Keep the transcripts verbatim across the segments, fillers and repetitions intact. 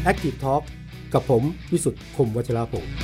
Active Talk กับผมวิสุทธิ์คมวัชรพงศ์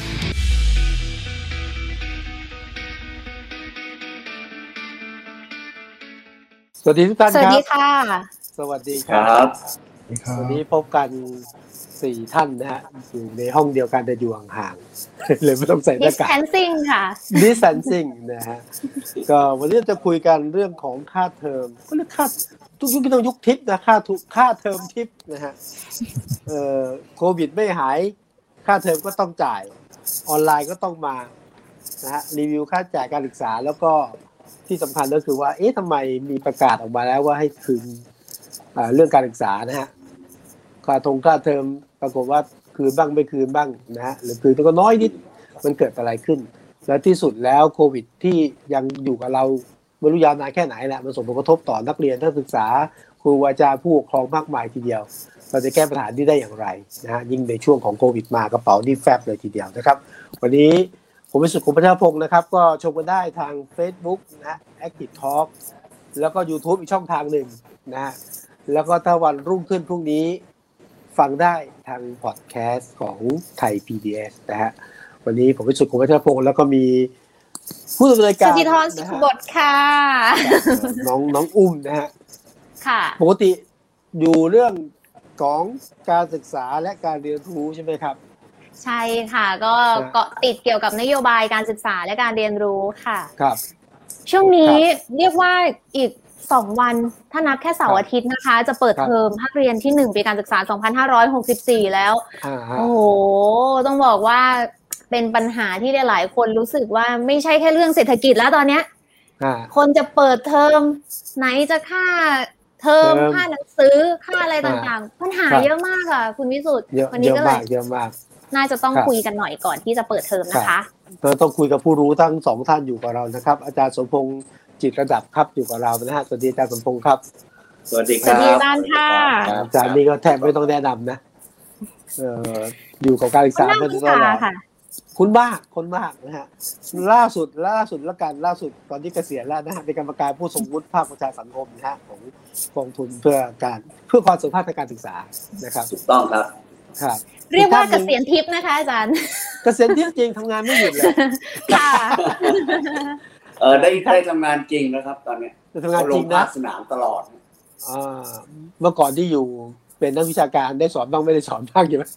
สวัสดีทุกท่านครับสวัสดีค่ะสวัสดีครับวันนี้พบกันสี่ท่านนะฮะอยู่ในห้องเดียวกันแต่อยู่ห่างๆเลยไม่ต้องใส่หน้ากาก distancing ค่ะ distancing นะฮะก็วันนี้จะคุยกันเรื่องของค่าเทอมก็เรียกค่าทุกยุคต้องยุคทิปนะค่าทุกค่าเทอมทิปนะฮะเอ่อโควิดไม่หายค่าเทอมก็ต้องจ่ายออนไลน์ก็ต้องมานะฮะรีวิวค่าจ่ายการศึกษาแล้วก็ที่สำคัญก็คือว่าเอ๊ะทำไมมีประกาศออกมาแล้วว่าให้คืนเรื่องการศึกษานะฮะค่าทงค่าเทอมปรากฏว่าคืนบ้างไม่คืนบ้างนะฮะหรือคืนก็น้อยนิดมันเกิดอะไรขึ้นและที่สุดแล้วโควิดที่ยังอยู่กับเราไม่รู้ยาวนานแค่ไหนแหละมันส่งผลกระทบต่อนักเรียนนักศึกษาครูอาจารย์ผู้ปกครองมากมายทีเดียวเราจะแก้ปัญหานี้ได้อย่างไรนะฮะยิ่งในช่วงของโควิดมากระเป๋านี่แฟบเลยทีเดียวนะครับวันนี้ผมวิสุทธิ์ คมวัชรพงศ์นะครับก็ชมกันได้ทาง Facebook นะ Active Talk แล้วก็ YouTube อีกช่องทางหนึ่งนะฮะแล้วก็ถ้าวันรุ่งขึ้นพรุ่งนี้ฟังได้ทางพอดแคสต์ของไทย พี บี เอส นะฮะวันนี้ผมวิสุทธิ์ คมวัชรพงศ์แล้วก็มีผู้ดำเนินการสุทธิธร สุขบดค่ะน้องน้องอุ้มนะฮะค่ะปกติอยู่เรื่องของการศึกษาและการเรียนรู้ใช่ไหมครับใช่ค่ะก็เกาะติดเกี่ยวกับนโยบายการศึกษาและการเรียนรู้ค่ะครับช่วงนี้เรียกว่าอีกสองวันถ้านับแค่เสาร์อาทิตย์นะคะจะเปิดเทอมภาคเรียนที่หนึ่งปีการศึกษาสองพันห้าร้อยหกสิบสี่แล้วโอ้โหต้องบอกว่าเป็นปัญหาที่หลายคนรู้สึกว่าไม่ใช่แค่เรื่องเศรษฐกิจแล้วตอนเนี้ยคนจะเปิดเทอมไหนจะค่าเทอมค่าหนังสือค่าอะไรต่างๆปัญหาเยอะมากค่ะคุณวิสุทธิ์วันนี้ก็เลยเยอะมากน่าจะต้องคุยกันหน่อยก่อนที่จะเปิดเทอมนะคะเราต้องคุยกับผู้รู้ทั้งสองท่านอยู่กับเรานะครับอาจารย์สมพงษ์จิตระดับครับอยู่กับเรานะฮะสวัสดีอาจารย์สมพงษ์ครับสวัสดีครับสวัสดีอาจารย์ค่ะอาจารย์นี่ก็แทบไม่ต้องแนะนำนะเอ่ออยู่กับการศึกษามาตลอดคุณมากคนมากนะฮะล่าสุดล่าสุดละกันล่าสุดตอนที่เกษียณแล้วนะฮะเป็นกรรมการผู้ทรงวุฒิภาคประชาสังคมนะฮะของกองทุนเพื่อการเพื่อความเสมอภาคทางการศึกษานะครับถูกต้องครับครับเรียกว่าเกษียณทิพย์นะคะอาจารย์เกษียณทิพย์จริงทำงานไม่หยุดเลยค่ะเออได้ได้ทำงานจริงนะครับตอนนี้ทำงานจริงนะสนามตลอดอ่าเมื่อก่อนที่อยู่เป็นนักวิชาการได้สอนบ้างไม่ได้สอนบ้างอยู่ไหม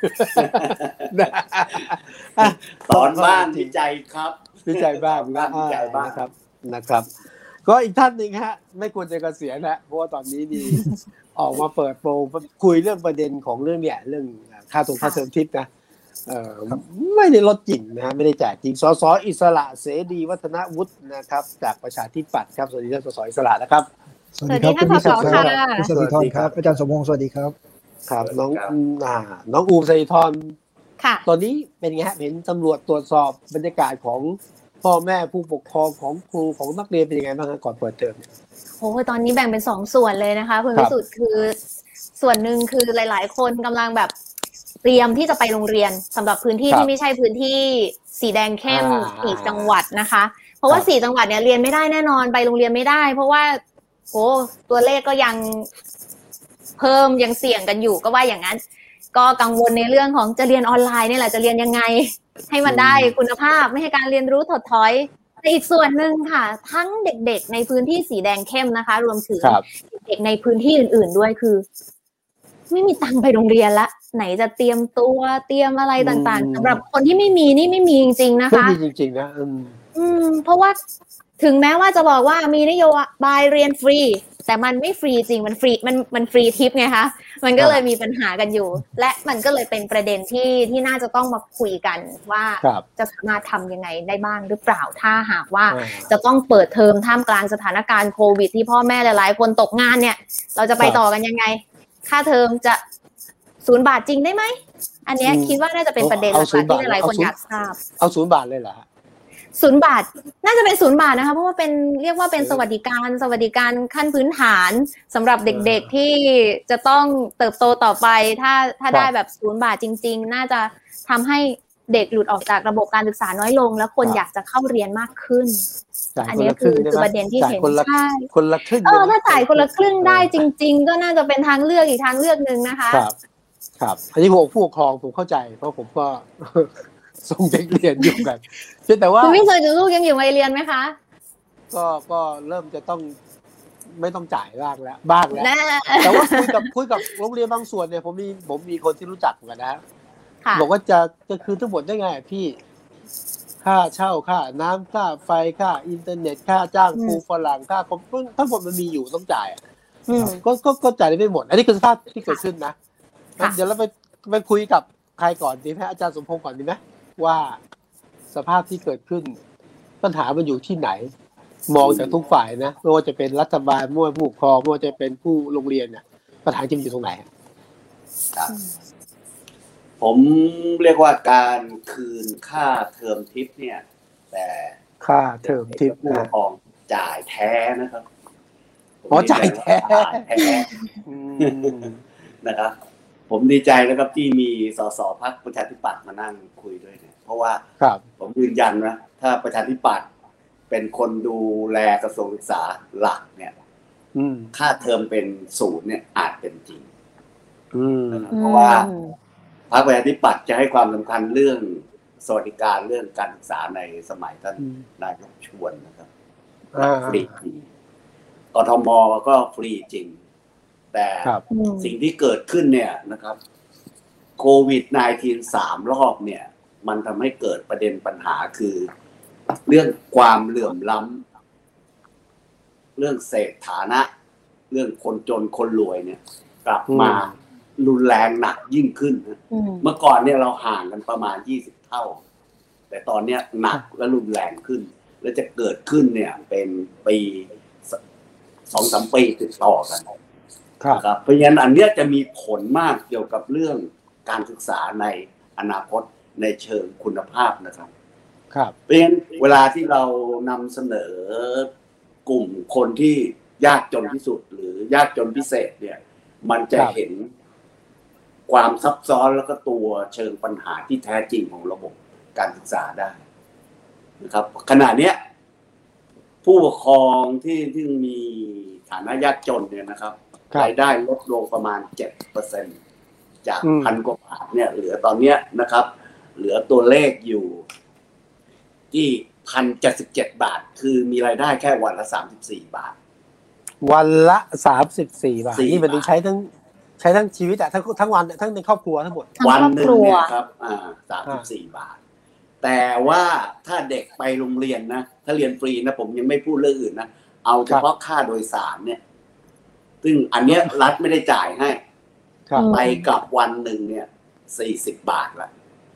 สอนบ้างวิจัยครับวิจัยบ้างนะวิจัยบ้างนะครับนะครับก็อีกท่านหนึ่งฮะไม่ควรจะเกษียณนะเพราะว่าตอนนี้มีออกมาเปิดโปงคุยเรื่องประเด็นของเรื่องเนี่ยเรื่องค่าตรงค่าเทอมทิปนะเอ่อไม่ได้ลดจริงนะฮะไม่ได้แจกจริงสสอิสระเสรีวัฒนวุฒินะครับจากประชาธิปัตย์ครับสวัสดีท่านสสอิสระนะครับสวัสดีครับคุณสสค่ะสวัสดีครับอาจารย์สมพงษ์สวัสดีครับครับน้องอ่าน้องอูมสริธรค่ะตอนนี้เป็นไงฮะเห็นตำรวจตรวจสอบบรรยากาศของพ่อแม่ผู้ปกครองของครูของนักเรียนเป็นยังไงบ้างก่อนเปิดเทอมโอ้โหตอนนี้แบ่งเป็นสองส่วนเลยนะคะคุณวิสุทธิ์คือส่วนหนึ่งคือหลายๆคนกำลังแบบเตรียมที่จะไปโรงเรียนสำหรับพื้นที่ที่ไม่ใช่พื้นที่สีแดงเข้มสี่จังหวัดนะคะเพราะว่าสี่จังหวัดเนี่ยเรียนไม่ได้แน่นอนไปโรงเรียนไม่ได้เพราะว่าโอ้ตัวเลขก็ยังเพิ่มยังเสี่ยงกันอยู่ก็ว่าอย่างนั้นก็กังวลในเรื่องของจะเรียนออนไลน์นี่แหละจะเรียนยังไงให้มันได้คุณภาพไม่ให้การเรียนรู้ถดถอยแต่อีกส่วนหนึ่งค่ะทั้งเด็กๆในพื้นที่สีแดงเข้มนะคะรวมถึงเด็กในพื้นที่อื่นๆด้วยคือไม่มีตังค์ไปโรงเรียนละไหนจะเตรียมตัวเตรียมอะไรต่างๆสำหรับคนที่ไม่มีนี่ไม่มีจริงๆนะคะไม่มีจริงๆนะอืมเพราะว่าถึงแม้ว่าจะบอกว่ามีนโยบายเรียนฟรีแต่มันไม่ฟรีจริงมันฟรีมันมันฟรีทิปไงคะมันก็เลยมีปัญหากันอยู่และมันก็เลยเป็นประเด็นที่ที่น่าจะต้องมาคุยกันว่าจะสามารถทำยังไงได้บ้างหรือเปล่าถ้าหากว่าจะต้องเปิดเทอมท่ามกลางสถานการณ์โควิดที่พ่อแม่หลายๆคนตกงานเนี่ยเราจะไปต่อกันยังไงค่าเทอมจะศูนย์บาทจริงได้ไหมอันนี้คิดว่าน่าจะเป็นประเด็นหลักที่หลายๆคนอยากทราบเอาศูนย์บาทเลยเหรอศูนย์บาทน่าจะเป็นศูนย์บาทนะคะเพราะว่าเป็นเรียกว่าเป็นสวัสดิการสวัสดิการขั้นพื้นฐานสำหรับเด็กๆที่จะต้องเติบโตต่อไปถ้าถ้าได้แบบศูนย์บาทจริงๆน่าจะทำให้เด็กหลุดออกจากระบบการศึกษาน้อยลงแล้วคนอยากจะเข้าเรียนมากขึ้นอันนี้คือคือประเด็นที่เห็นใช่คนละครึ่งเออถ้าจ่ายคนละครึ่งได้จริงๆก็น่าจะเป็นทางเลือกอีกทางเลือกนึงนะคะครับอันนี้ผมผู้ปกครองผมเข้าใจเพราะผมก็ ส่งเด็กเรียนอยู่กันแต่ว่าคุณพี่เคยดูลูกยังอยู่วัยเรียนไหมคะก็ก็เริ่มจะต้องไม่ต้องจ่ายบ้างแล้วบ้างแล้วแต่ว่าคุยกับคุยกับโรงเรียนบางส่วนเนี่ยผมมีผมมีคนที่รู้จักเหมือนกันนะบอกว่าจะจะคืนทั้งหมดได้ไงพี่ค่าเช่าค่าน้ำค่าไฟค่าอินเทอร์เน็ตค่าจ้างครูฝรั่งค่าคอมทั้งหมดมันมีอยู่ต้องจ่ายก็ก็ก็จ่ายได้ไม่หมดอันนี้คือสภาพที่เกิดขึ้นนะเดี๋ยวเราไปไปคุยกับใครก่อนดีไหมอาจารย์สมพงษ์ก่อนดีไหมว่าสภาพที่เกิดขึ้นปัญหามันอยู่ที่ไหนมองจากทุกฝ่ายนะไม่ว่าจะเป็นรัฐบาลไม่ว่าผู้ปกครองไม่ว่าจะเป็นผู้โรงเรียนเนี่ยปัญหาจริงอยู่ตรงไหนครับผมเรียกว่าการคืนค่าเทอมทิปเนี่ยแต่ค่าเทอมทิปผู้ปกครองจ่ายแท้นะครับอ๋อจ่ายแท้แท้นะครับผมดีใจนะครับที่มีสสพรรคประชาธิปัตย์มานั่งคุยด้วยเนี่ยเพราะว่าผมยืนยันนะถ้าประชาธิปัตย์เป็นคนดูแลกระทรวงศึกษาหลักเนี่ยค่าเทอมเป็นศูนย์เนี่ยอาจเป็นจริงเพราะว่าพรรคประชาธิปัตย์จะให้ความสำคัญเรื่องสวัสดิการเรื่องการศึกษาในสมัยท่านนายกชวนนะครับฟรีกทมก็ฟรีจริงแต่สิ่งที่เกิดขึ้นเนี่ยนะครับโควิด สิบเก้า สามรอบเนี่ยมันทำให้เกิดประเด็นปัญหาคือเรื่องความเหลื่อมล้ำเรื่องเศรษฐานะเรื่องคนจนคนรวยเนี่ยกลับมารุนแรงหนักยิ่งขึ้นเมื่อก่อนเนี่ยเราห่างกันประมาณยี่สิบเท่าแต่ตอนเนี้ยหนักและรุนแรงขึ้นและจะเกิดขึ้นเนี่ยเป็นปีสองสามปีติดต่อกันครับเพราะฉะนั้นอันเนี้ยจะมีผลมากเกี่ยวกับเรื่องการศึกษาในอนาคตในเชิงคุณภาพนะครับครับเพราะฉะนั้นเวลาที่เรานำเสนอกลุ่มคนที่ยากจนที่สุดหรือยากจนพิเศษเนี่ยมันจะเห็นความซับซ้อนแล้วก็ตัวเชิงปัญหาที่แท้จริงของระบบการศึกษาได้นะครับขณะเนี้ยผู้ปกครองที่ที่มีฐานะยากจนเนี่ยนะครับรายได้ลดลงประมาณ เจ็ดเปอร์เซ็นต์ จากพันกว่าบาทเนี่ยเหลือตอนเนี้ยนะครับเหลือตัวเลขอยู่ที่ หนึ่งพันเจ็ดสิบเจ็ด บาทคือมีรายได้แค่วันละสามสิบสี่บาทวันละสามสิบสี่บาทนี่มันใช้ทั้งใช้ทั้งชีวิตอะทั้งทั้งวันทั้งในครอบครัวทั้งหมดวันนึงเนี่ยครับอ่าสามสิบสี่บาทแต่ว่าถ้าเด็กไปโรงเรียนนะถ้าเรียนฟรีนะผมยังไม่พูดเรื่องอื่นนะเอาเฉพาะค่าโดยสารเนี่ยซึ่งอันเนี้ยรัฐไม่ได้จ่ายให้ไปกับวันหนึ่งเนี่ยสี่สิบบาทละ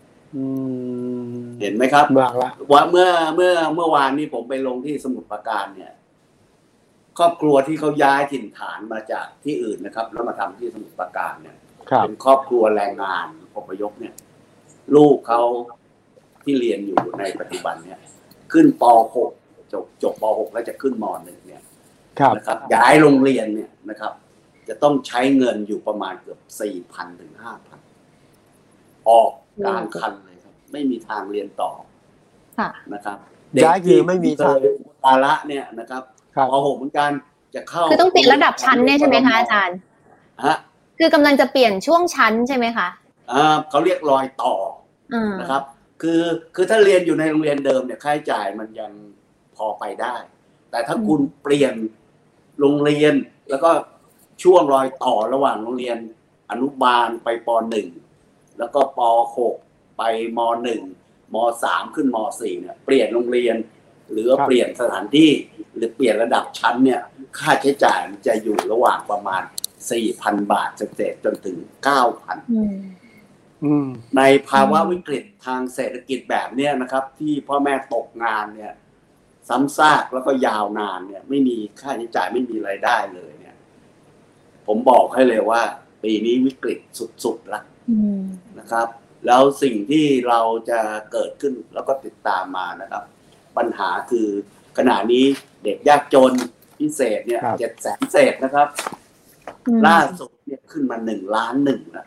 เห็นไหมครับว่าเมื่อเมื่อเมื่อวานนี้ผมไปลงที่สมุทรปราการเนี่ยครอบครัวที่เขาย้ายถิ่นฐานมาจากที่อื่นนะครับแล้วมาทำที่สมุทรปราการเนี่ยเป็นครอบครัวแรงงานอพยพเนี่ยลูกเขาที่เรียนอยู่ในปัจจุบันเนี่ยขึ้นป หก จบจบป หกแล้วจะขึ้นม หนึ่งเนี่ยนะครับย้ายโรงเรียนเนี่ยนะครับจะต้องใช้เงินอยู่ประมาณเกือบ สี่พัน ถึง ห้าพัน ออกกลางคันเลยครับไม่มีทางเรียนต่อนะครับเด็กที่ไม่มีทางภาระเนี่ยนะครับป หกเหมือนกันจะเข้าคือต้องเปลี่ยนระดับชั้นเนี่ยใช่ไหมคะอาจารย์ฮะคือกำลังจะเปลี่ยนช่วงชั้นใช่ไหมคะอ่าเขาเรียกรอยต่อนะครับคือคือถ้าเรียนอยู่ในโรงเรียนเดิมเนี่ยค่าใช้จ่ายมันยังพอไปได้แต่ถ้าคุณเปลี่ยนโรงเรียนแล้วก็ช่วงรอยต่อระหว่างโรงเรียนอนุบาลไปป หนึ่งแล้วก็ป หกไปม หนึ่งม สามขึ้นม สี่เนี่ยเปลี่ยนโรงเรียนหรือเปลี่ยนสถานที่หรือเปลี่ยนระดับชั้นเนี่ยค่าใช้จ่ายมันจะอยู่ระหว่างประมาณ สี่พัน บาทเศษจนถึง เก้าพัน ในภาวะวิกฤตทางเศรษฐกิจแบบนี้นะครับที่พ่อแม่ตกงานเนี่ยซ้ำซากแล้วก็ยาวนานเนี่ยไม่มีค่าใช้จ่ายไม่มีรายได้เลยเนี่ยผมบอกให้เลยว่าปีนี้วิกฤตสุดๆแล้วนะครับแล้วสิ่งที่เราจะเกิดขึ้นแล้วก็ติดตามมานะครับปัญหาคือขณะนี้เด็กยากจนพิเศษเนี่ยเจ็ดแสนเศษนะครับล่าสุดเนี่ยขึ้นมาหนึ่งล้านหนึ่งนะ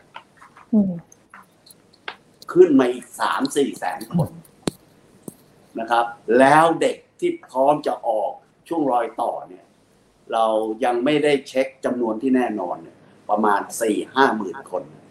ขึ้นมาอีกสามสี่แสนคนนะครับแล้วเด็กที่พร้อมจะออกช่วงรอยต่อเนี่ยเรายังไม่ได้เช็คจำนวนที่แน่นอนเนี่ยประมาณสี่ห้าหมื่นคน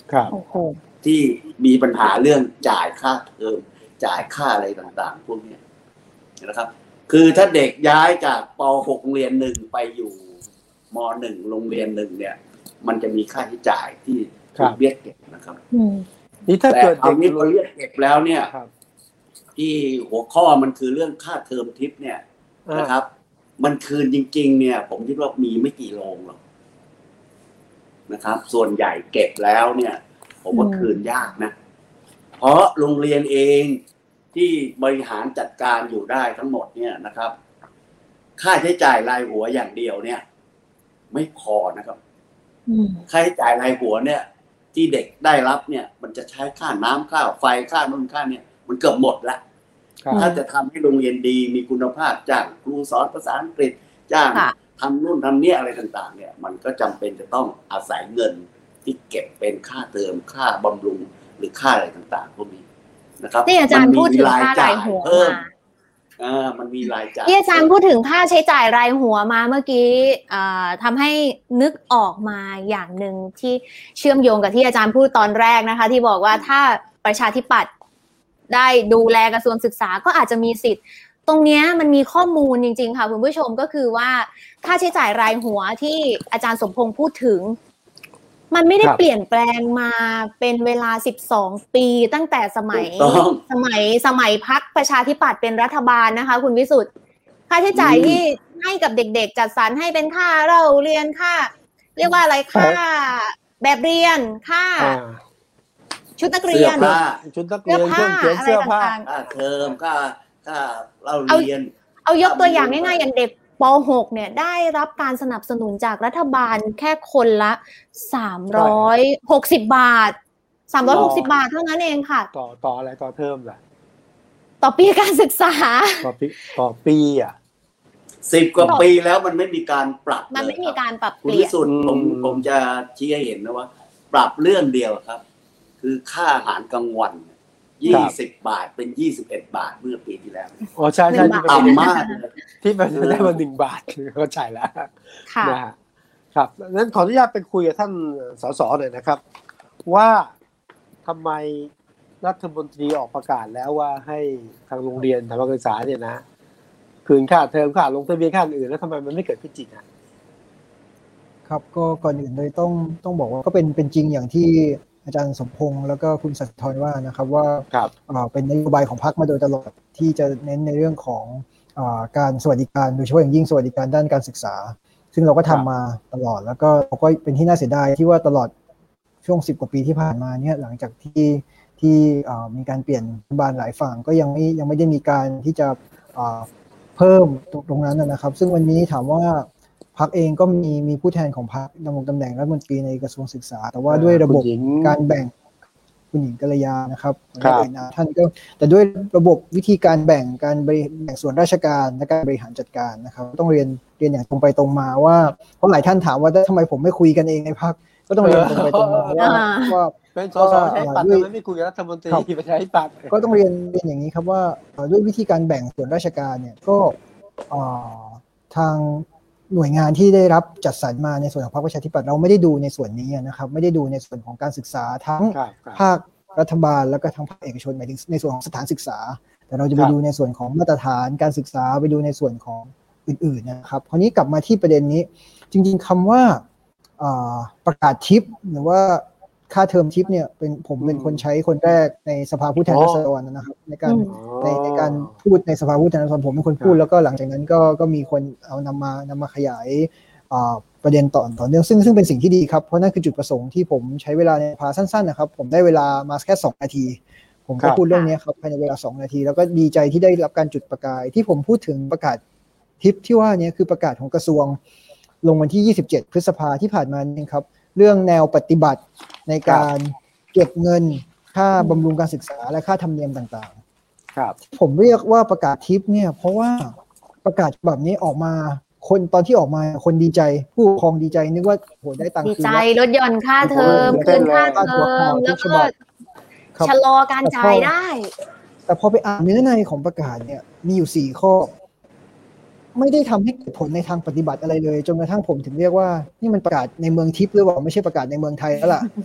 ครับที่มีปัญหาเรื่องจ่ายค่าเทอมจ่ายค่าอะไรต่างๆพวกนี้นะครับคือถ้าเด็กย้ายจากป หก โรงเรียนหนึ่งไปอยู่ม หนึ่ง โรงเรียนหนึ่งเนี่ยมันจะมีค่าใช้จ่ายที่ถูกเรียกเก็บนะครับนี่ถ้าเกิดเด็กนี้เราเรียกเก็บแล้วเนี่ยที่หัวข้อมันคือเรื่องค่าเทอมทิปเนี่ยนะครับมันคืนจริงๆเนี่ยผมคิดว่ามีไม่กี่โรงหรอกนะครับส่วนใหญ่เก็บแล้วเนี่ยผมว่าคืนยากนะเพราะโรงเรียนเองที่บริหารจัดการอยู่ได้ทั้งหมดเนี่ยนะครับค่าใช้จ่ายรายหัวอย่างเดียวเนี่ยไม่พอนะครับค่าใช้จ่ายรายหัวเนี่ยที่เด็กได้รับเนี่ยมันจะใช้ค่าน้ำค่าไฟค่านู่นค่าเนี่ยมันเกือบหมดละถ้าจะทำให้โรงเรียนดีมีคุณภาพจ้างครูสอนภาษาอังกฤษจ้างทำนู่นทำนี่อะไรต่างๆเนี่ยมันก็จำเป็นจะต้องอาศัยเงินที่เก็บเป็นค่าเทอมค่าบำรุงหรือค่าอะไรต่างๆพวกนี้นะครับที่อาจารย์พูดถึงค่ารายหัวมาอ่ามันมีรายจ่ายที่อาจารย์พูดถึงค่าใช้จ่ายรายหัวมาเมื่อกี้อ่าทำให้นึกออกมาอย่างหนึ่งที่เชื่อมโยงกับที่อาจารย์พูดตอนแรกนะคะที่บอกว่าถ้าประชาธิปัตย์ได้ดูแลกระทรวงศึกษาก็อาจจะมีสิทธิ์ตรงนี้มันมีข้อมูลจริงๆค่ะคุณผู้ชมก็คือว่าค่าใช้จ่ายรายหัวที่อาจารย์สมพงษ์พูดถึงมันไม่ได้เปลี่ยนแปลงมาเป็นเวลาสิบสองปีตั้งแต่สมัยสมัยสมัยพรรคประชาธิปัตย์เป็นรัฐบาลนะคะคุณวิสุทธิ์ค่าใช้จ่ายที่ให้กับเด็กๆจัดสรรให้เป็นค่าเราเรียนค่าเรียกว่าอะไรค่าแบบเรียนค่าชุดนักเรียนชุดนักเรียนเครื่องเขียนเสื้อผ้าค่าเทอมค่าค่าเราเรียนเอายกตัวอย่างง่ายๆอย่างเด็กป หก เนี่ยได้รับการสนับสนุนจากรัฐบาลแค่คนละสามร้อยหกสิบบาทสามร้อยหกสิบบาทเท่านั้นเองค่ะต่อต่ออะไรต่อเทอมล่ะต่อปีการศึกษาต่อปีต่อปีอ่ะสิบกว่าปีแล้วมันไม่มีการปรับมันไม่มีการปรับเปลี่ยนสุดผมผมจะชี้ให้เห็นนะว่าปรับเรื่องเดียวครับคือค่าอาหารกลางวันยี่สิบบาทเป็นยี่สิบเอ็ดบาทเมื่อปีที่แล้วอ๋อใช่ใช่ที่ต่ำมากที่มันได้มาหนึ่งบาทเข้าใจแล้วนะฮะครับงั้นขออนุญาตไปคุยกับท่านสสหน่อยนะครับว่าทำไมรัฐมนตรีออกประกาศแล้วว่าให้ทางโรงเรียนทางการศึกษาเนี่ยนะคืนค่าเทอมค่าลงทะเบียนค่าอื่นแล้วทำไมมันไม่เกิดขึ้นจริงอ่ะครับก็ก่อนอื่นเลยต้องต้องบอกว่าก็เป็นเป็นจริงอย่างที่อาจารย์สมพงษ์แล้วก็คุณสัจธรว่านะครับว่าเป็นนโยบายของพรรคมาโดยตลอดที่จะเน้นในเรื่องของการสวัสดิการโดยเฉพาะอย่างยิ่งสวัสดิการด้านการศึกษาซึ่งเราก็ทำมาตลอดแล้วก็ก็เป็นที่น่าเสียดายที่ว่าตลอดช่วงสิบกว่าปีที่ผ่านมาเนี่ยหลังจากที่ที่มีการเปลี่ยนรัฐบาลหลายฝั่งก็ยังไม่ยังไม่ได้มีการที่จะเพิ่มตรงนั้นนะครับซึ่งวันนี้ถามว่าพรรคเองก็มีมีผู้แทนของพรรคดำรงตำแหน่งรัฐมนตรีในกระทรวงศึกษาแต่ว่าด้วยระบบการแบ่งคุณหญิงกัลยานะครับท่านก็แต่ด้วยระบบวิธีการแบ่งการแบ่งส่วนราชการและการบริหารจัดการนะครับต้องเรียนเรียนอย่างตรงไปตรงมาว่าเพราะหลายท่านถามว่าทำไมผมไม่คุยกันเองในพรรคก็ต้องเรียนตรงไปตรงมาว่าว่าเป็นสสใช้ปัดทำไมไม่คุยกับรัฐมนตรีประชาธิปัตย์ก็ต้องเรียนเรียนอย่างนี้ครับว่าด้วยวิธีการแบ่งส่วนราชการเนี่ยก็ทางหน่วยงานที่ได้รับจัดสรรมาในส่วนของพรรคประชาธิปัตย์เราไม่ได้ดูในส่วนนี้นะครับไม่ได้ดูในส่วนของการศึกษาทั้งภาครัฐบาลแล้วก็ทั้งภาคเอกชนหมายถึงในส่วนของสถานศึกษาแต่เราจะไปดูในส่วนของมาตรฐานการศึกษาไปดูในส่วนของอื่นๆนะครับคราวนี้กลับมาที่ประเด็นนี้จริงๆคำว่าประกาศทิปหรือว่าค่าเทอมทิปเนี่ยเป็นผมเป็นคนใช้คนแรกในสภาผู้แทนราษฎรนะครับในการในในการพูดในสภาผู้แทนราษฎรผมเป็นคนพูดแล้วก็หลังจากนั้นก็ก็มีคนเอานำมานำมาขยายประเด็นต่อต่อเนื่องซึ่งซึ่งเป็นสิ่งที่ดีครับเพราะนั่นคือจุดประสงค์ที่ผมใช้เวลาในสภาสั้นๆนะครับผมได้เวลามาแค่สองนาทีผมก็พูดเรื่องนี้ครับภายในเวลาสองนาทีแล้วก็ดีใจที่ได้รับการจุดประกายที่ผมพูดถึงประกาศทิปที่ว่านี้คือประกาศของกระทรวงลงวันที่ยี่สิบเจ็ดพฤษภาที่ผ่านมานี่ครับเรื่องแนวปฏิบัติในการเก็บเงินค่าบำรุงการศึกษาและค่าธรรมเนียมต่างๆครับผมเรียกว่าประกาศทิปเนี่ยเพราะว่าประกาศแบบนี้ออกมาคนตอนที่ออกมาคนดีใจผู้ปกครองดีใจนึกว่าโหได้ตังค์คืนดีใจลดหย่อนค่าเทอมคืนค่าเทอมแล้วก็ชะลอการจ่ายได้แต่พอไปอ่านเนื้อในของประกาศเนี่ยมีอยู่สี่ข้อไม่ได้ทำให้เกิดผลในทางปฏิบัติอะไรเลยจนกระทั่งผมถึงเรียกว่านี่มันประกาศในเมืองทิพย์หรือเปล่าไม่ใช่ประกาศในเมืองไทยแล้วล่ะ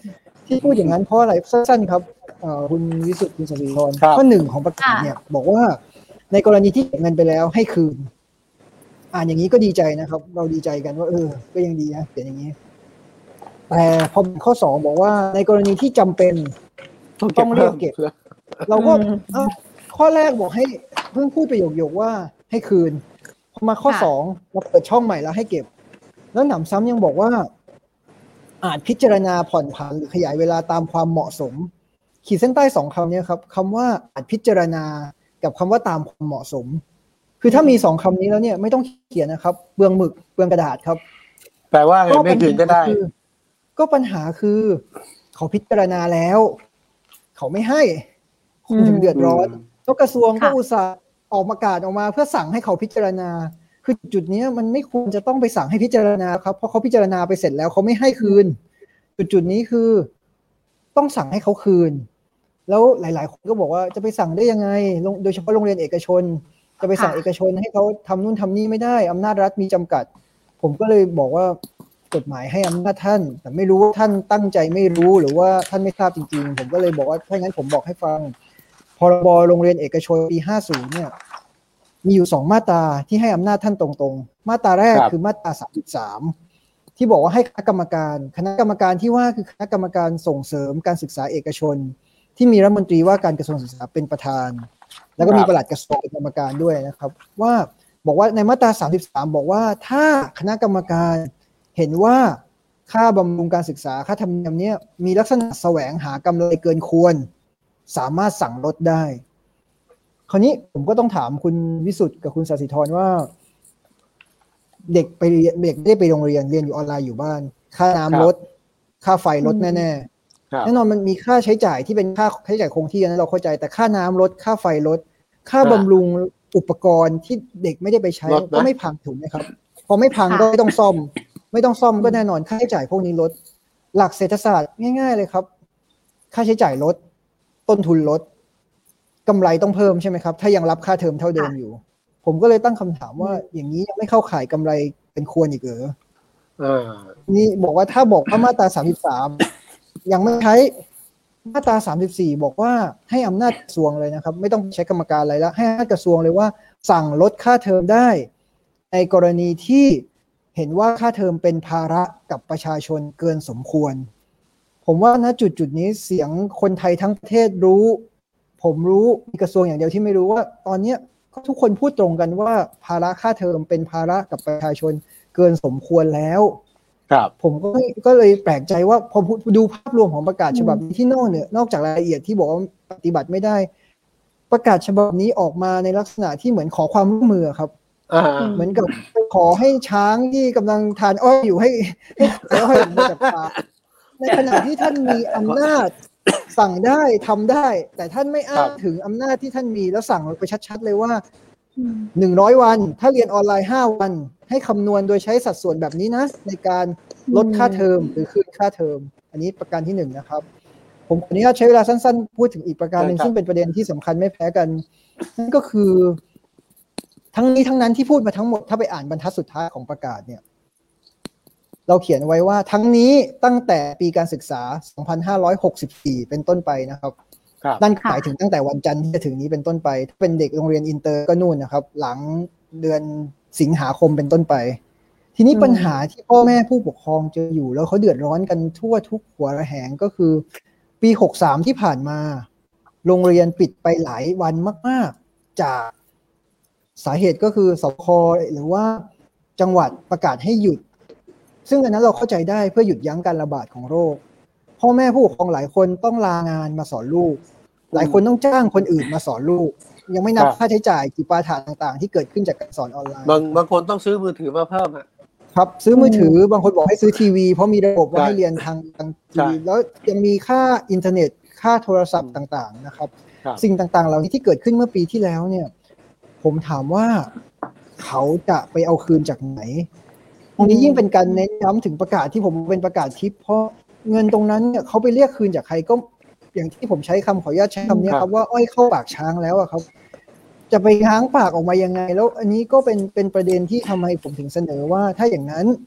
ที่พูดอย่างนั้นเพราะอะไรสั้นๆครับคุณวิสุทธิ์คุณสศิธรข้อหนึ่งของประกาศเนี่ยบอกว่าในกรณีที่เก็บเงินไปแล้วให้คืนอ่านอย่างนี้ก็ดีใจนะครับเราดีใจกันว่าเออก็ยังดีนะเขียนอย่างนี้แต่พอข้อสองบอกว่าในกรณีที่จำเป็นต้องเรียกเก็บเราก็ข้อแรกบอกให้เพิ่งพูดประโยคๆว่าให้คืนพอมาข้อสองเราเปิดช่องใหม่แล้วให้เก็บแล้วหนำซ้ำยังบอกว่าอาจพิจารณาผ่อนผันหรือขยายเวลาตามความเหมาะสมขีดเส้นใต้สองคำนี้ครับคำว่าอาจพิจารณากับคำว่าตามความเหมาะสมคือถ้ามีสองคำนี้แล้วเนี่ยไม่ต้องเขียนนะครับเปลืองหมึกเปลืองกระดาษครับแปลว่าไงไม่คืนก็ได้ก็ปัญหาคือเขาพิจารณาแล้วเขาไม่ให้คุณถึงเดือดร้อนแล้วกระทรวงก็อุตส่าห์ออกประกาศออกมาเพื่อสั่งให้เขาพิจารณาคือจุดนี้มันไม่ควรจะต้องไปสั่งให้พิจารณาครับเพราะเขาพิจารณาไปเสร็จแล้วเขาไม่ให้คืนจุดจุดนี้คือต้องสั่งให้เขาคืนแล้วหลายๆคนก็บอกว่าจะไปสั่งได้ยังไงโดยเฉพาะโรงเรียนเอกชนจะไปสั่งเอกชนให้เขาทำนู่นทำนี่ไม่ได้อำนาจรัฐมีจำกัดผมก็เลยบอกว่ากฎหมายให้อำนาจท่านแต่ไม่รู้ว่าท่านตั้งใจไม่รู้หรือว่าท่านไม่ทราบจริงๆผมก็เลยบอกว่าถ้างั้นผมบอกให้ฟังพรบโรงเรียนเอกชนปีห้าสิบเนี่ยมีอยู่สองมาตราที่ให้อำนาจท่านตรงๆมาตราแรกคือมาตราสามสิบสามที่บอกว่าให้คณะกรรมการคณะกรรมการที่ว่าคือคณะกรรมการส่งเสริมการศึกษาเอกชนที่มีรัฐมนตรีว่าการกระทรวงศึกษาเป็นประธานแล้วก็มีปลัดกระทรวงเป็นกรรมการด้วยนะครับว่าบอกว่าในมาตราสามสิบสามบอกว่าถ้าคณะกรรมการเห็นว่าค่าบำรุงการศึกษาค่าธรรมเนียมเนี่ยมีลักษณะแสวงหากำไรเกินควรสามารถสั่งลดได้คราวนี้ผมก็ต้องถามคุณวิสุทธิ์กับคุณศศิธรว่าเด็กไปเด็กไม่ได้ไปโรงเรียนเรียนอยู่ออนไลน์อยู่บ้านค่าน้ำลดค่าไฟลดแน่ๆแน่นอนมันมีค่าใช้จ่ายที่เป็นค่าใช้จ่ายคงที่นั้นเราเข้าใจแต่ค่าน้ำลดค่าไฟลดค่าบำรุงอุปกรณ์ที่เด็กไม่ได้ไปใช้ก็ไม่พังถูกไหมครับพอไม่พังก็ไม่ต้องซ่อมไม่ต้องซ่อมก็แน่นอนค่าใช้จ่ายพวกนี้ลดหลักเศรษฐศาสตร์ง่ายๆเลยครับค่าใช้จ่ายลดต้นทุนลดกำไรต้องเพิ่มใช่ไหมครับถ้ายังรับค่าเทอมเท่าเดิมอยู่ผมก็เลยตั้งคำถามว่าอย่างนี้ยังไม่เข้าข่ายกำไรเป็นควรอีกเหรอนี่บอกว่าถ้าบอกว่ามาตราสามสิบสามยังไม่ใช้มาตราสามสิบสี่บอกว่าให้อำนาจกระทรวงเลยนะครับไม่ต้องใช้กรรมการอะไรแล้วให้อำนาจกระทรวงเลยว่าสั่งลดค่าเทอมได้ในกรณีที่เห็นว่าค่าเทอมเป็นภาระกับประชาชนเกินสมควรผมว่าณจุดจุดนี้เสียงคนไทยทั้งประเทศรู้ผมรู้มีกระทรวงอย่างเดียวที่ไม่รู้ว่าตอนนี้ทุกคนพูดตรงกันว่าภาระค่าเทอมเป็นภาระกับประชาชนเกินสมควรแล้วครับผมก็ก็เลยแปลกใจว่าพอดูภาพรวมของประกาศฉบับนี้ที่นอกเนี่ยนอกจากรายละเอียดที่บอกว่าปฏิบัติไม่ได้ประกาศฉบับนี้ออกมาในลักษณะที่เหมือนขอความร่วมมือครับเหมือนกับขอให้ช้างที่กำลังทานอ้อยอยู่ให้ให้อ้อยออกมาจากป่าในขณะที่ท่านมีอำนาจสั่งได้ทำได้แต่ท่านไม่อ้างถึงอำนาจที่ท่านมีแล้วสั่งไปชัดๆเลยว่าหนึ่งร้อยวันถ้าเรียนออนไลน์ห้าวันให้คำนวณโดยใช้สัดส่วนแบบนี้นะในการลดค่าเทอมหรือคืนค่าเทอมอันนี้ประการที่หนึ่งนะครับผมขออนุญาตใช้เวลาสั้นๆพูดถึงอีกประการหนึ่งซึ่งเป็นประเด็นที่สำคัญไม่แพ้กันนั่นก็คือทั้งนี้ทั้งนั้นที่พูดมาทั้งหมดถ้าไปอ่านบรรทัดสุดท้ายของประกาศเนี่ยเราเขียนไว้ว่าทั้งนี้ตั้งแต่ปีการศึกษาสองพันห้าร้อยหกสิบสี่เป็นต้นไปนะครับนั่นหมายถึงตั้งแต่วันจันทร์ที่จะถึงนี้เป็นต้นไปถ้าเป็นเด็กโรงเรียนอินเตอร์ก็นู่นนะครับหลังเดือนสิงหาคมเป็นต้นไปทีนี้ปัญหาที่พ่อแม่ผู้ปกครองเจออยู่แล้วเขาเดือดร้อนกันทั่วทุกหัวระแหงก็คือปีหกสิบสามที่ผ่านมาโรงเรียนปิดไปหลายวันมากๆจากสาเหตุก็คือสค.หรือว่าจังหวัดประกาศให้หยุดซึ่งอันนั้นเราเข้าใจได้เพื่อหยุดยั้งการระบาดของโรคพ่อแม่ผู้ปกครองหลายคนต้องลางานมาสอนลูกหลายคนต้องจ้างคนอื่นมาสอนลูกยังไม่นับค่าใช้จ่ายจิปาถะต่างๆที่เกิดขึ้นจากการสอนออนไลน์บางบางคนต้องซื้อมือถือมาเพิ่มครับซื้อมือถือบางคนบอกให้ซื้อทีวีเพราะมีระบบว่าให้เรียนทางทางทีวีแล้วยังมีค่าอินเทอร์เน็ตค่าโทรศัพท์ต่างๆนะครับสิ่งต่างๆเหล่านี้ที่เกิดขึ้นเมื่อปีที่แล้วเนี่ยผมถามว่าเขาจะไปเอาคืนจากไหนตรงนี้ยิ่งเป็นการเน้นย้ำถึงประกาศที่ผมเป็นประกาศทิปเพราะเงินตรงนั้นเนี่ยเขาไปเรียกคืนจากใครก็อย่างที่ผมใช้คำขออนุญาตใช้คำนี้ครับว่าอ้อยเข้าปากช้างแล้วอะครับจะไปง้างปากออกมายังไงแล้วอันนี้ก็เป็นเป็นประเด็นที่ทำไมผมถึงเสนอว่าถ้าอย่างนั้น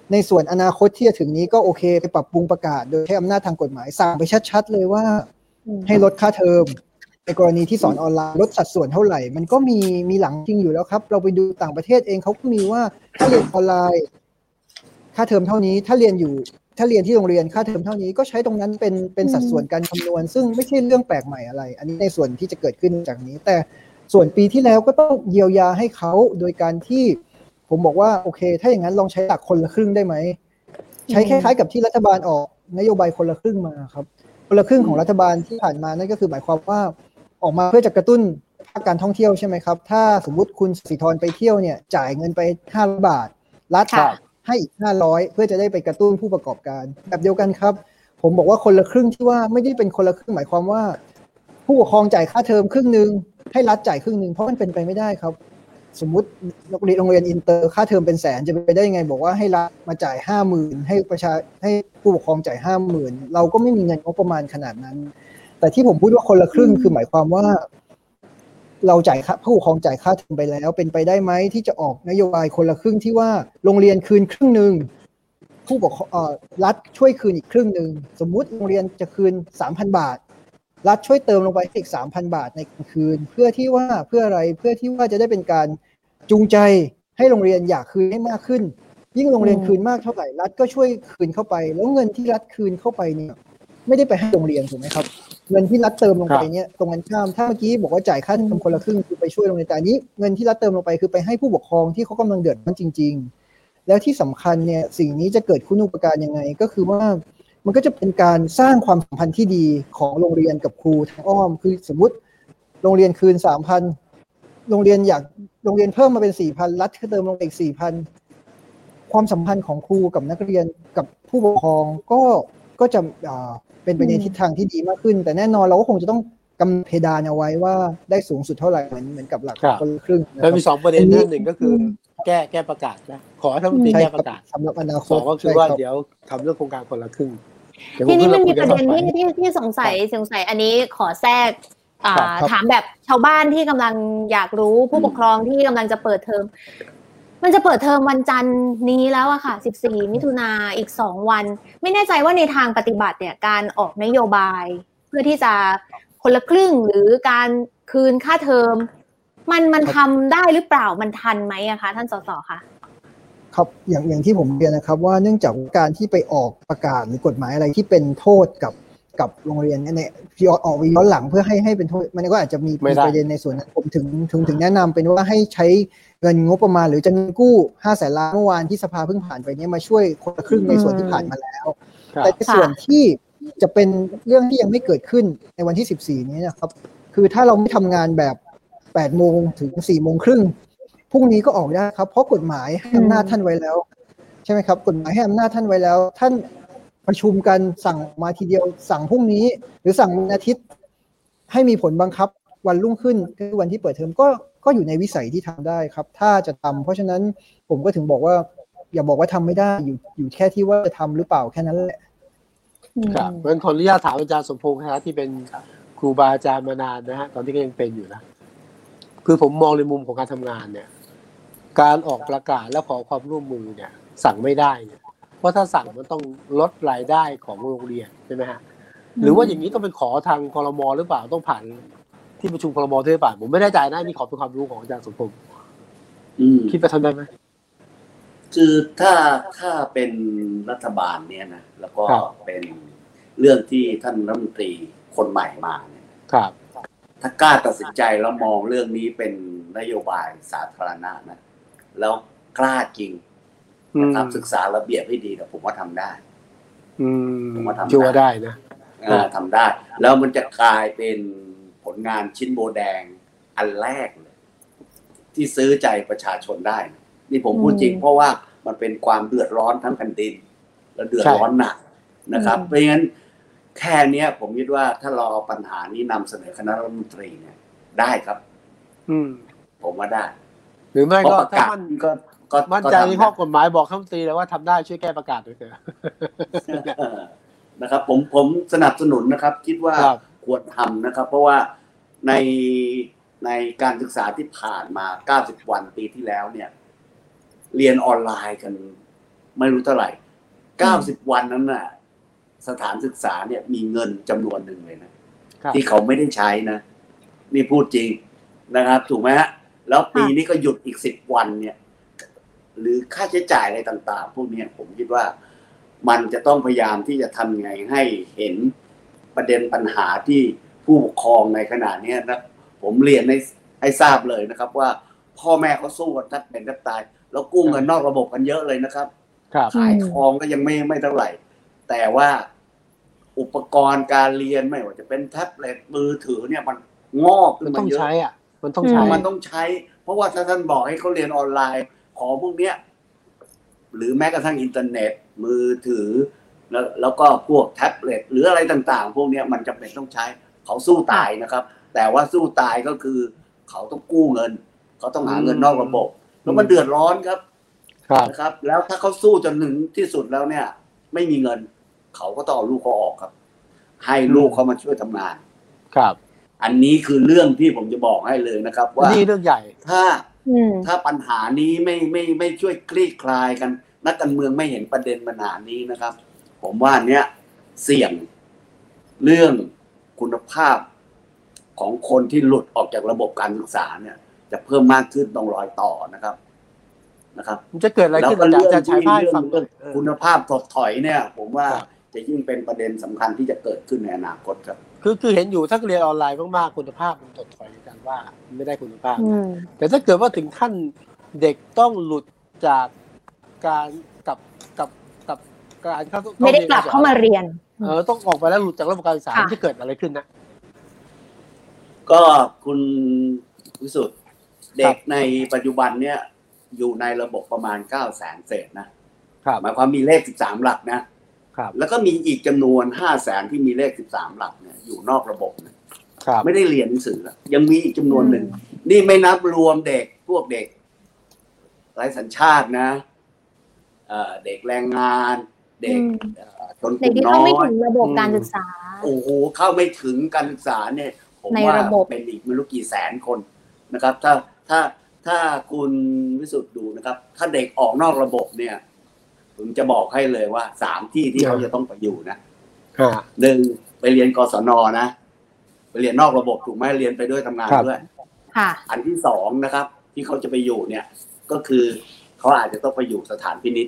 ในส่วนอนาคตที่จะถึงนี้ก็โอเคไปปรับปรุงประกาศโดยใช้อำนาจทางกฎหมายสั่งไปชัดๆเลยว่าให้ลดค่าเทอมในกรณีที่สอนออนไลน์ลดสัดส่วนเท่าไหร่มันก็มีมีหลังจริงอยู่แล้วครับเราไปดูต่างประเทศเองเขาก็มีว่าถ้าเรียนออนไลน์ค่าเทอมเท่านี้ถ้าเรียนอยู่ถ้าเรียนที่โรงเรียนค่าเทอมเท่านี้ก็ใช้ตรงนั้นเป็นเป็นสัดส่วนการคำนวณซึ่งไม่ใช่เรื่องแปลกใหม่อะไรอันนี้ในส่วนที่จะเกิดขึ้นจากนี้แต่ส่วนปีที่แล้วก็ต้องเยียวยาให้เขาโดยการที่ผมบอกว่าโอเคถ้าอย่างนั้นลองใช้หลักคนละครึ่งได้ไหมใช้คล้ายๆกับที่รัฐบาลออกนโยบายคนละครึ่งมาครับคนละครึ่งของรัฐบาลที่ผ่านมานั่นก็คือหมายความว่าออกมาเพื่อจะกระตุ้นภาคการท่องเที่ยวใช่ไหมครับถ้าสมมุติคุณสิธรไปเที่ยวเนี่ยจ่ายเงินไปห้าร้อยบาทรัฐให้อีกห้าร้อยเพื่อจะได้ไปกระตุ้นผู้ประกอบการแบบเดียวกันครับผมบอกว่าคนละครึ่งที่ว่าไม่ได้เป็นคนละครึ่งหมายความว่าผู้ปกครองจ่ายค่าเทอมครึ่งนึงให้รัฐจ่ายครึ่งนึงเพราะมันเป็นไปไม่ได้ครับสมมุติโรงเรียนโรงเรียนอินเตอร์ค่าเทอมเป็นแสนจะไปได้ยังไงบอกว่าให้รัฐมาจ่าย ห้าหมื่น ให้ประชาให้ผู้ปกครองจ่าย ห้าหมื่น เราก็ไม่มีเงินงบประมาณขนาดนั้นแต่ที่ผมพูดว่าคนละครึ่งคือหมายความว่าเราจ่ายค่าผู้ปกครองจ่ายค่าเทอมไปแล้วเป็นไปได้ไหมที่จะออกนโยบายคนละครึ่งที่ว่าโรงเรียนคืนครึ่งนึงผู้ปกครองเอ่อรัฐช่วยคืนอีกครึ่งนึงสมมุติโรงเรียนจะคืน สามพัน บาทรัฐช่วยเติมลงไปอีก สามพัน บาทในกลางคืนเพื่อที่ว่าเพื่ออะไรเพื่อที่ว่าจะได้เป็นการจูงใจให้โรงเรียนอยากคืนให้มากขึ้นยิ่งโรงเรียนคืนมากเท่าไหร่รัฐก็ช่วยคืนเข้าไปแล้วเงินที่รัฐคืนเข้าไปเนี่ยไม่ได้ไปให้โรงเรียนถูกไหมครับเงินที่รัฐเติมลงไปเนี่ยตรงกันข้ามถ้าเมื่อกี้บอกว่าจ่ายค่าเทอมคนละครึ่งคือไปช่วยโรงเรียนแต่นี้เงินที่รัฐเติมลงไปคือไปให้ผู้ปกครองที่เขากำลังเดือดร้อนจริงๆแล้วที่สำคัญเนี่ยสิ่งนี้จะเกิดคุณูปการยังไงก็คือว่ามันก็จะเป็นการสร้างความสัมพันธ์ที่ดีของโรงเรียนกับครูทางอ้อมคือสมมุติโรงเรียนคืน สามพัน โรงเรียนอยากโรงเรียนเพิ่มมาเป็น สี่พัน รัฐเติมลงไปอีก สี่พัน ความสัมพันธ์ของครูกับนักเรียนกับผู้ปกครองก็ก็จะอ่าเป็นไปในทิศทางที่ดีมากขึ้นแต่แน่นอนเราก็คงจะต้องกำหนดเพดานเอาไว้ว่าได้สูงสุดเท่าไหร่เหมือนเหมือนกับหลักคนละครึ่งแล้วมีสองประเด็นหนึ่งก็คือแก้แก้ประกาศนะขอให้ท่านรัฐมนตรีแก้ประกาศสำหรับอนาคตสองก็คือว่าเดี๋ยวทำเรื่องโครงการคนละครึ่งทีนี้มันมีประเด็นที่ที่ที่สงสัยสงสัยอันนี้ขอแทรกถามแบบชาวบ้านที่กำลังอยากรู้ผู้ปกครองที่กำลังจะเปิดเทอมมันจะเปิดเทอมวันจันทร์นี้แล้วอะค่ะสิบสี่มิถุนาอีกสองวันไม่แน่ใจว่าในทางปฏิบัติเนี่ยการออกนโยบายเพื่อที่จะคนละครึ่งหรือการคืนค่าเทอมมันมันทำได้หรือเปล่ามันทันไหมอะคะท่านสสคะครับอย่างอย่างที่ผมเรียนนะครับว่าเนื่องจากการที่ไปออกประกาศหรือกฎหมายอะไรที่เป็นโทษกับกับโรงเรียนเนี่ยที่ออกย้อนหลังเพื่อให้ให้เป็นโทษมันก็อาจจะมีประเด็นในส่วนนั้นผมถึงถึงถึงแนะนำเป็นว่าให้ใช้เงินงบประมาณหรือจะเงินกู้ห้าแสนล้านเมื่อวานที่สภาเพิ่งผ่านไปเนี่ยมาช่วยคนละครึ่งในส่วนที่ผ่านมาแล้วแต่ในส่วนที่จะเป็นเรื่องที่ยังไม่เกิดขึ้นในวันที่สิบสี่นี้นะครับคือถ้าเราไม่ทำงานแบบแปดโมงถึงสี่โมงครึ่งพรุ่งนี้ก็ออกได้ครับเพราะกฎหมายให้อำนาจท่านไว้แล้วใช่ไหมครับกฎหมายให้อำนาจท่านไว้แล้วท่านประชุมกันสั่งมาทีเดียวสั่งพรุ่งนี้หรือสั่งวันอาทิตย์ให้มีผลบังคับวันรุ่งขึ้นคือวันที่เปิดเทอมก็ก็อยู่ในวิสัยที่ทำได้ครับถ้าจะทำเพราะฉะนั้นผมก็ถึงบอกว่าอย่าบอกว่าทำไม่ได้อยู่อยู่แค่ที่ว่าจะทำหรือเปล่าแค่นั้นแหละครับเพราะฉะนั้นขออนุญาตถามอาจารย์สมพงษ์นะที่เป็นครูบาอาจารย์มานานนะฮะตอนที่ก็ยังเป็นอยู่นะคือผมมองในมุมของการทำงานเนี่ยการออกประกาศและขอความร่วมมือเนี่ยสั่งไม่ได้เนี่ยเพราะถ้าสั่งมันต้องลดรายได้ของโรงเรียนใช่ไหมฮะหรือว่าอย่างนี้ต้องเป็นขอทางครม.หรือเปล่าต้องผ่านที่ประชุมครม.ด้วยหรือเปล่าผมไม่แน่ใจนะนี่ขอเป็นความรู้ของอาจารย์สมพงษ์คิดว่าทำได้ไหมคือถ้าถ้าเป็นรัฐบาลเนี่ยนะแล้วก็เป็นเรื่องที่ท่านรัฐมนตรีคนใหม่มาเนี่ยครับถ้ากล้าตัดสินใจแล้วมองเรื่องนี้เป็นนโยบายสาธารณะนะแล้วกล้าจริงนะครับศึกษาระเบียบให้ดีนะผมว่าทำได้ผมว่าทำได้ได้นะทำได้แล้วมันจะกลายเป็นผลงานชิ้นโบแดงอันแรกเลยที่ซื้อใจประชาชนได้นี่ผมพูดจริงเพราะว่ามันเป็นความเดือดร้อนทั้งแผ่นดินและเดือดร้อนหนักนะครับเพราะงั้นแค่นี้ผมคิดว่าถ้าเราเอาปัญหานี้นำเสนอคณะรัฐมนตรีเนี่ยได้ครับผมว่าได้หรือไม่ก็ถ้ามันก็มั่นใจในข้อกฎหมายบอกรัฐมนตรีแล้วว่าทำได้ช่วยแก้ประกาศด้วยเถอะนะครับผมผมสนับสนุนนะครับคิดว่าควรทำนะครับเพราะว่าในในการศึกษาที่ผ่านมาเก้าสิบวันปีที่แล้วเนี่ยเรียนออนไลน์กันไม่รู้เท่าไหร่เก้าสิบวันนั้นน่ะสถานศึกษาเนี่ยมีเงินจำนวนหนึ่งเลยนะที่เขาไม่ได้ใช้นะนี่พูดจริงนะครับถูกไหมฮะแล้วปีนี้ก็หยุดอีกสิบวันเนี่ยหรือค่าใช้จ่ายอะไรต่างๆพวกนี้ผมคิดว่ามันจะต้องพยายามที่จะทำยังไงให้เห็นประเด็นปัญหาที่ผู้ปกครองในขณะนี้นะผมเรียนให้ให้ทราบเลยนะครับว่าพ่อแม่เขาสู้กันแทบเป็นแทบตายแล้วกู้เงินนอกระบบกันเยอะเลยนะครับขายทองก็ยังไม่ไม่เท่าไหร่แต่ว่าอุปกรณ์การเรียนไม่ว่าจะเป็นแท็บเล็ตมือถือเนี่ยมันงอกขึ้นมาเยอะมันต้องใช้อ่ะมันต้องใช้มันต้องใช้เพราะว่าถ้าท่านบอกให้เขาเรียนออนไลน์ของพวกเนี้ยหรือแม้กระทั่งอินเทอร์เน็ตมือถือแล้วแล้วก็พวกแท็บเล็ตหรืออะไรต่างๆพวกนี้มันจำเป็นต้องใช้เขาสู้ตายนะครับแต่ว่าสู้ตายก็คือเขาต้องกู้เงินเขาต้องหาเงินนอกระบบแล้วมันเดือดร้อนครับนะครับแล้วถ้าเขาสู้จนถึงที่สุดแล้วเนี่ยไม่มีเงินเขาก็ต้องเอาลูกเขาออกครับให้ลูกเขามาช่วยทำงานครับอันนี้คือเรื่องที่ผมจะบอกให้เลยนะครับว่านี่เรื่องใหญ่ถ้าถ้าปัญหานี้ไม่ไม่ไม่ช่วยคลี่คลายกันนักการเมืองไม่เห็นประเด็นปัญหานี้นะครับผมว่าเนี้ยเสี่ยงเรื่องคุณภาพของคนที่หลุดออกจากระบบการศึกษาเนี่ยจะเพิ่มมากขึ้นต้องรอยต่อนะครับนะครับมันจะเกิดอะไรขึ้นอาจารย์ใช้ภาพฟังคุณภาพถดถอยเนี่ยผมว่าจะยิ่งเป็นประเด็นสำคัญที่จะเกิดขึ้นในอนาคตครับคือคือเห็นอยู่ถ้าเรียนออนไลน์มากๆคุณภาพมันถดถอยกันว่าไม่ได้คุณภาพแต่ถ้าเกิดว่าถึงขั้นเด็กต้องหลุดจากการกับกับกับการเข้าไม่ได้กลับเข้ามาเรียนเออต้องออกไปแล้วหลุดจากระบบการศึกษาจะเกิดอะไรขึ้นนะก็คุณวิสุทธิ์เด็กในปัจจุบันเนี่ยอยู่ในระบบประมาณเก้าแสนเศษนะหมายความมีเลขสิบสามหลักนะแล้วก็มีอีกจำนวนห้าแสนที่มีเลขสิบสามหลักเนี่ยอยู่นอกระบบนะไม่ได้เรียนหนังสือยังมีอีกจำนวนหนึ่งนี่ไม่นับรวมเด็กพวกเด็กไร้สัญชาตินะเด็กแรงงานเด็กชนกลุ่มน้อยเข้าไม่ถึงระบบการศึกษาโอ้โหเข้าไม่ถึงการศึกษาเนี่ยผมว่าเป็นอีกไม่รู้กี่แสนคนนะครับถ้าถ้าถ้าคุณวิสุทธ์ดูนะครับถ้าเด็กออกนอกระบบเนี่ยผมจะบอกให้เลยว่าสามที่ที่เขาจะต้องไปอยู่นะหนึ่งไปเรียนกศนนะไปเรียนนอกระบบถูกไหมเรียนไปด้วยทำงานด้วยอันที่สองนะครับที่เขาจะไปอยู่เนี่ยก็คือเขาอาจจะต้องไปอยู่สถานพินิจ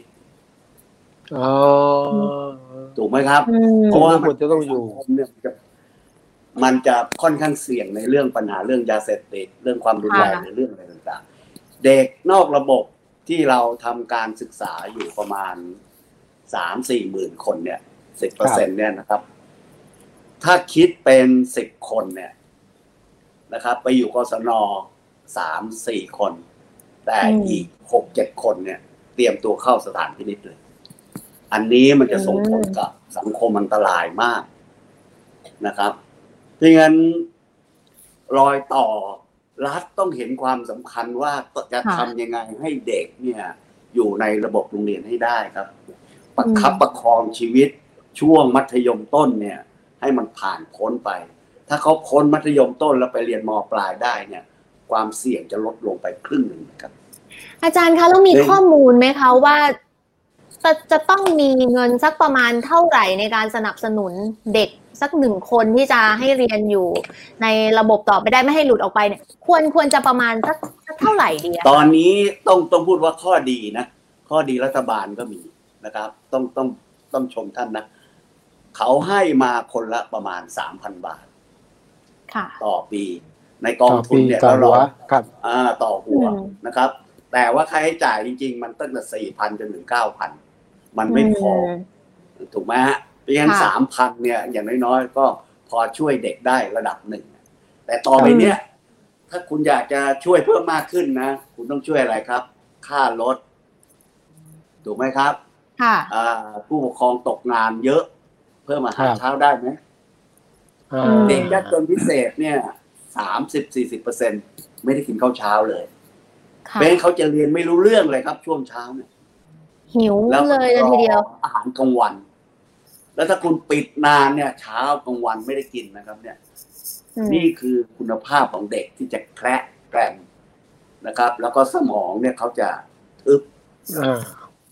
ถูกไหมครับเพราะว่ามันจะต้องอยู่เนี่ยมันจะค่อนข้างเสี่ยงในเรื่องปัญหาเรื่องยาเสพติดเรื่องความรุนแรงในเรื่องอะไรต่างๆเด็กนอกระบบที่เราทำการศึกษาอยู่ประมาณสามสี่หมื่นคนเนี่ยสิบเปอร์เซ็นต์เนี่ยนะครับถ้าคิดเป็นสิบคนเนี่ยนะครับไปอยู่กศนสามสี่คนแต่อีกหกเจ็ดคนเนี่ยเตรียมตัวเข้าสถานพินิจเลยอันนี้มันจะส่งผลกับสังคมอันตรายมากนะครับเพราะงั้นรอยต่อรัฐต้องเห็นความสำคัญว่าจะทำยังไงให้เด็กเนี่ยอยู่ในระบบโรงเรียนให้ได้ครับประคับประคองชีวิตช่วงมัธยมต้นเนี่ยให้มันผ่านพ้นไปถ้าเขาพ้นมัธยมต้นแล้วไปเรียนม.ปลายได้เนี่ยความเสี่ยงจะลดลงไปครึ่งหนึ่งครับอาจารย์คะแล้วมีข้อมูลไหมคะว่าจะจะต้องมีเงินสักประมาณเท่าไหร่ในการสนับสนุนเด็กสักหนึ่งคนที่จะให้เรียนอยู่ในระบบต่อไปได้ไม่ให้หลุดออกไปเนี่ยควรควรจะประมาณสักเท่าไหร่ดีตอนนี้ต้องต้องพูดว่าข้อดีนะข้อดีรัฐบาลก็มีนะครับต้องต้องต้องชมท่านนะเขาให้มาคนละประมาณ สามพัน บาทต่อปีในกองทุนเนี่ยเราครับอ่าต่อหัวนะครับแต่ว่าค่าใช้จ่ายจริงๆมันตั้งแต่ สี่พัน จนถึง เก้าพัน มันไม่พอถูกไหมฮะเพราะฉะนั้น สามพัน เนี่ยอย่างน้อยๆก็พอช่วยเด็กได้ระดับหนึ่งแต่ต่อไปเนี้ยถ้าคุณอยากจะช่วยเพิ่มมากขึ้นนะคุณต้องช่วยอะไรครับค่ารถถูกไหมครับค่ะอ่าผู้ปกครองตกงานเยอะเพิ่มอาหารเช้าได้ไหมเด็กยากจนพิเศษเนี่ย สามสิบถึงสี่สิบเปอร์เซ็นต์ ไม่ได้กินข้าวเช้าเลยเพราะฉะนั้นเขาจะเรียนไม่รู้เรื่องเลยครับช่วงเช้าเนี่ยหิวเลยทีเดียวอาหารกลางวันแล้วถ้าคุณปิดนานเนี่ยเช้ากลางวันไม่ได้กินนะครับเนี่ยนี่คือคุณภาพของเด็กที่จะแคระแกร่งนะครับแล้วก็สมองเนี่ยเขาจะทึบ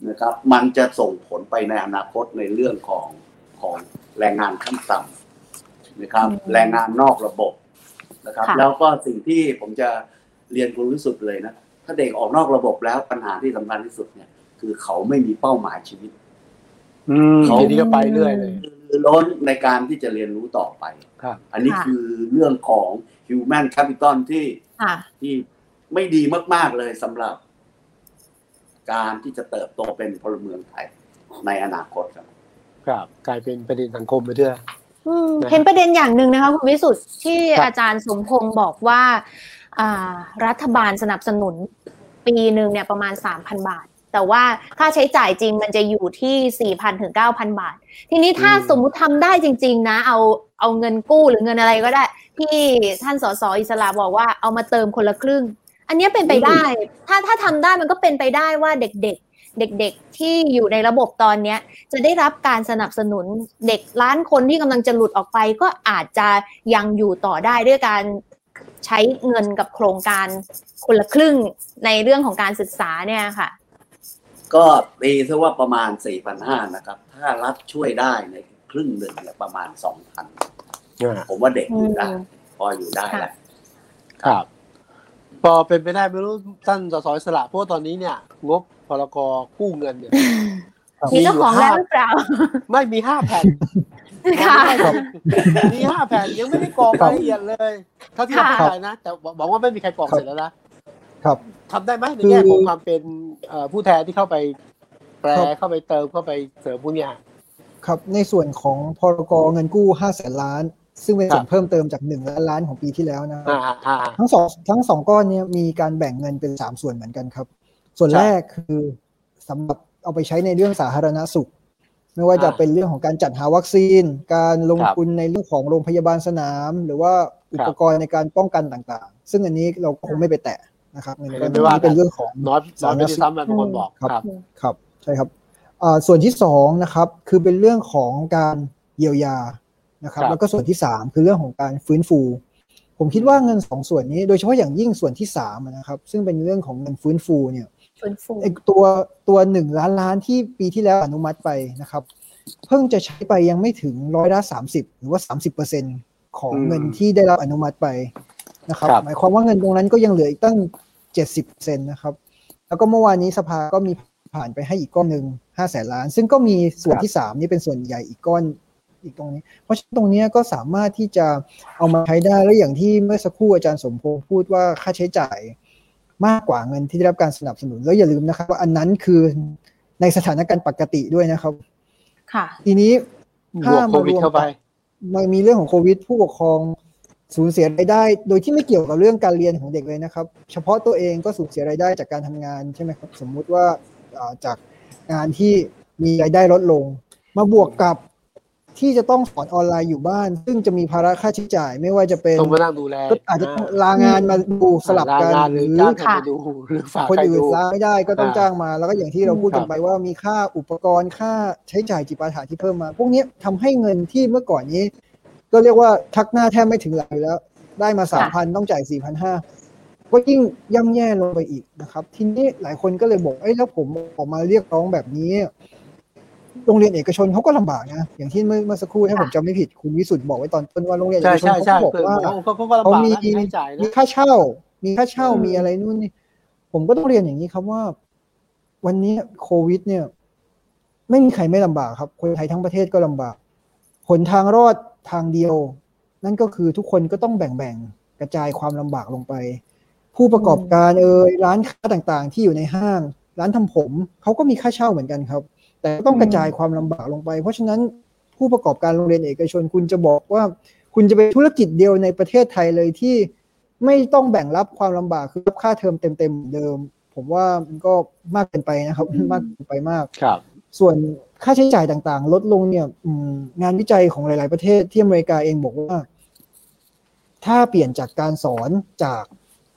นะครับมันจะส่งผลไปในอนาคตในเรื่องของของแรงงานขั้นต่ำนะครับแรงงานนอกระบบนะครับแล้วก็สิ่งที่ผมจะเรียนคุณวิสุทธิ์เลยนะถ้าเด็กออกนอกระบบแล้วปัญหาที่สำคัญที่สุดเนี่ยคือเขาไม่มีเป้าหมายชีวิตเขาทีนี้ก็ไปเรื่อยเลยล้นในการที่จะเรียนรู้ต่อไปอันนี้คือเรื่องของ human capital ที่ที่ไม่ดีมากๆเลยสำหรับการที่จะเติบโตเป็นพลเมืองไทยในอนาคตครับครับกลายเป็นประเด็นสังคมไปด้วยเห็นประเด็นอย่างหนึ่งนะคะคุณวิสุทธิ์ที่อาจารย์สมพงษ์บอกว่ารัฐบาลสนับสนุนปีหนึ่งเนี่ยประมาณ สามพัน บาทแต่ว่าค่าใช้จ่ายจริงมันจะอยู่ที่ สี่พัน ถึง เก้าพัน บาททีนี้ถ้าสมมุติทำได้จริงๆนะเอาเอาเงินกู้หรือเงินอะไรก็ได้ที่ท่านสสอิสระบอกว่าเอามาเติมคนละครึ่งอันนี้เป็นไปได้ถ้าถ้าทำได้มันก็เป็นไปได้ว่าเด็กๆเด็กๆที่อยู่ในระบบตอนนี้จะได้รับการสนับสนุนเด็กล้านคนที่กำลังจะหลุดออกไปก็อาจจะยังอยู่ต่อได้ด้วยการใช้เงินกับโครงการคนละครึ่งในเรื่องของการศึกษาเนี่ยค่ะก็ตีซะว่าประมาณ สี่พันห้าร้อย นะครับถ้ารัฐช่วยได้ในครึ่งหนึ่งเนี่ยประมาณ สองพัน ผมว่าเด็กอยู่ได้พออยู่ได้แหละครับพอเป็นไปได้ไม่รู้ท่านสสอิสระเพราะตอนนี้เนี่ยงบพรกกู้เงินเนี่ยมีเจ้าของแล้วหรือเปล่าไม่มีห้าแผ่นค่ะมีห้าแผ่นยังไม่ได้กรอกรายละเอียดเลยเท่าที่เราเข้าใจนะแต่บอกว่าไม่มีใครกรอกเสร็จแล้วนะครับทำได้ไหมในแง่ของความเป็นผู้แทนที่เข้าไปแปลเข้าไปเติมเข้าไปเสริมพวกนี้ครับในส่วนของพรกเงินกู้ห้าแสนล้านซึ่งเป็นส่วนเพิ่มเติมจากหนึ่งล้านล้านของปีที่แล้วนะครับทั้งสองทั้งสองก้อนนี้มีการแบ่งเงินเป็นสามส่วนเหมือนกันครับส่วนแรกคือสำหรับเอาไปใช้ในเรื่องสาธารณสุขไม่ว่าจะเป็นเรื่องของการจัดหาวัคซีนการลงทุนในเรื่องของโรงพยาบาลสนามหรือว่าอุปกรณ์ในการป้องกันต่างๆซึ่งอันนี้เราคงไม่ไปแตะนะครับในเรื่องนี้เป็นเรื่องของน้อยน้อยไม่ได้ซ้ำนะทุกคนบอกครับครับใช่ครับส่วนที่สองนะครับคือเป็นเรื่องของการเยียวยานะครับแล้วก็ส่วนที่สามคือเรื่องของการฟื้นฟูผมคิดว่าเงินสองส่วนนี้โดยเฉพาะอย่างยิ่งส่วนที่สามนะครับซึ่งเป็นเรื่องของเงินฟื้นฟูเนี่ยไอ้ตัวตัวหนึ่งล้านล้านที่ปีที่แล้วอนุมัติไปนะครับเพิ่งจะใช้ไปยังไม่ถึงร้อยละสามสิบหรือว่า สามสิบเปอร์เซ็นต์ ของเงินที่ได้รับอนุมัติไปนะครับหมายความว่าเงินตรงนั้นก็ยังเหลืออีกตั้ง เจ็ดสิบเปอร์เซ็นต์ นะครับแล้วก็เมื่อวานนี้สภาก็มีผ่านไปให้อีกก้อนนึงห้าแสนล้านซึ่งก็มีส่วนที่สามนี่เป็นส่วนใหญ่อีกก้อนอีกตรงนี้เพราะฉะนั้นตรงนี้ก็สามารถที่จะเอามาใช้ได้และอย่างที่เมื่อสักครู่อาจารย์สมพงษ์พูดว่าค่าใช้จ่ายมากกว่าเงินที่ได้รับการสนับสนุนแล้วอย่าลืมนะครับว่าอันนั้นคือในสถานการณ์ปกติด้วยนะครับค่ะทีนี้ถ้ามารวมเข้าไปมันมีเรื่องของโควิดผู้ปกครองสูญเสียรายได้โดยที่ไม่เกี่ยวกับเรื่องการเรียนของเด็กเลยนะครับเฉพาะตัวเองก็สูญเสียรายได้จากการทำงานใช่ไหมครับสมมุติว่าจากงานที่มีรายได้ลดลงมาบวกกับที่จะต้องสอนออนไลน์อยู่บ้านซึ่งจะมีภาระค่าใช้จ่ายไม่ว่าจะเป็นต้องมานั่งดูแลอาจจะต้องลางานมาดูสลับกันหรือคนอื่นลาไม่ได้ก็ต้องจ้างมาแล้วก็อย่างที่เราพูดกันไปว่ามีค่าอุปกรณ์ค่าใช้จ่ายจิปาถะที่เพิ่มมาพวกนี้ทำให้เงินที่เมื่อก่อนนี้ก็เรียกว่าทักหน้าแทบไม่ถึงหลักแล้วได้มา สามพัน ต้องจ่าย สี่พันห้าร้อย ก็ยิ่งย่ำแย่ลงไปอีกนะครับทีนี้หลายคนก็เลยบอกเอ้ยแล้วผมออกมาเรียกร้องแบบนี้โรงเรียนเอกชนเขาก็ลำบากนะอย่างที่เมื่อเมื่อสักครู่ถ้าผมจำไม่ผิดคุณวิสุทธิ์บอกไว้ตอนต้นว่าโรงเรียนเอกชนเขาบอกว่าเขามีมีค่าเช่ามีค่าเช่ามีอะไรนู่นนี่ผมก็ต้องเรียนอย่างนี้ครับว่าวันนี้โควิดเนี่ยไม่มีใครไม่ลำบากครับคนไทยทั้งประเทศก็ลำบากหนทางรอดทางเดียวนั่นก็คือทุกคนก็ต้องแบ่งๆกระจายความลำบากลงไปผู้ประกอบการเอ่ยร้านค้าต่างๆที่อยู่ในห้างร้านทำผมเขาก็มีค่าเช่าเหมือนกันครับแต่ต้องกระจายความลำบากลงไปเพราะฉะนั้นผู้ประกอบการโรงเรียนเอกชนคุณจะบอกว่าคุณจะเป็นธุรกิจเดียวในประเทศไทยเลยที่ไม่ต้องแบ่งรับความลำบากคือรับค่าเทอมเต็มๆเดิมผมว่ามันก็มากเกินไปนะครับมากเกินไปมากส่วนค่าใช้จ่ายต่างๆลดลงเนี่ยงานวิจัยของหลายๆประเทศที่อเมริกาเองบอกว่าถ้าเปลี่ยนจากการสอนจาก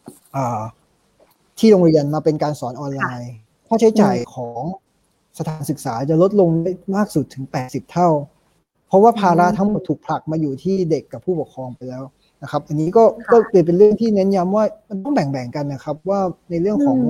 ที่โรงเรียนมาเป็นการสอนออนไลน์ค่าใช้จ่ายของสถานศึกษาจะลดลงได้มากสุดถึงแปดสิบเท่าเพราะว่าภาระทั้งหมดถูกผลักมาอยู่ที่เด็กกับผู้ปกครองไปแล้วนะครับอันนี้ก็ก็เป็นเรื่องที่เน้นย้ำว่ามันต้องแบ่งๆกันนะครับว่าในเรื่องของ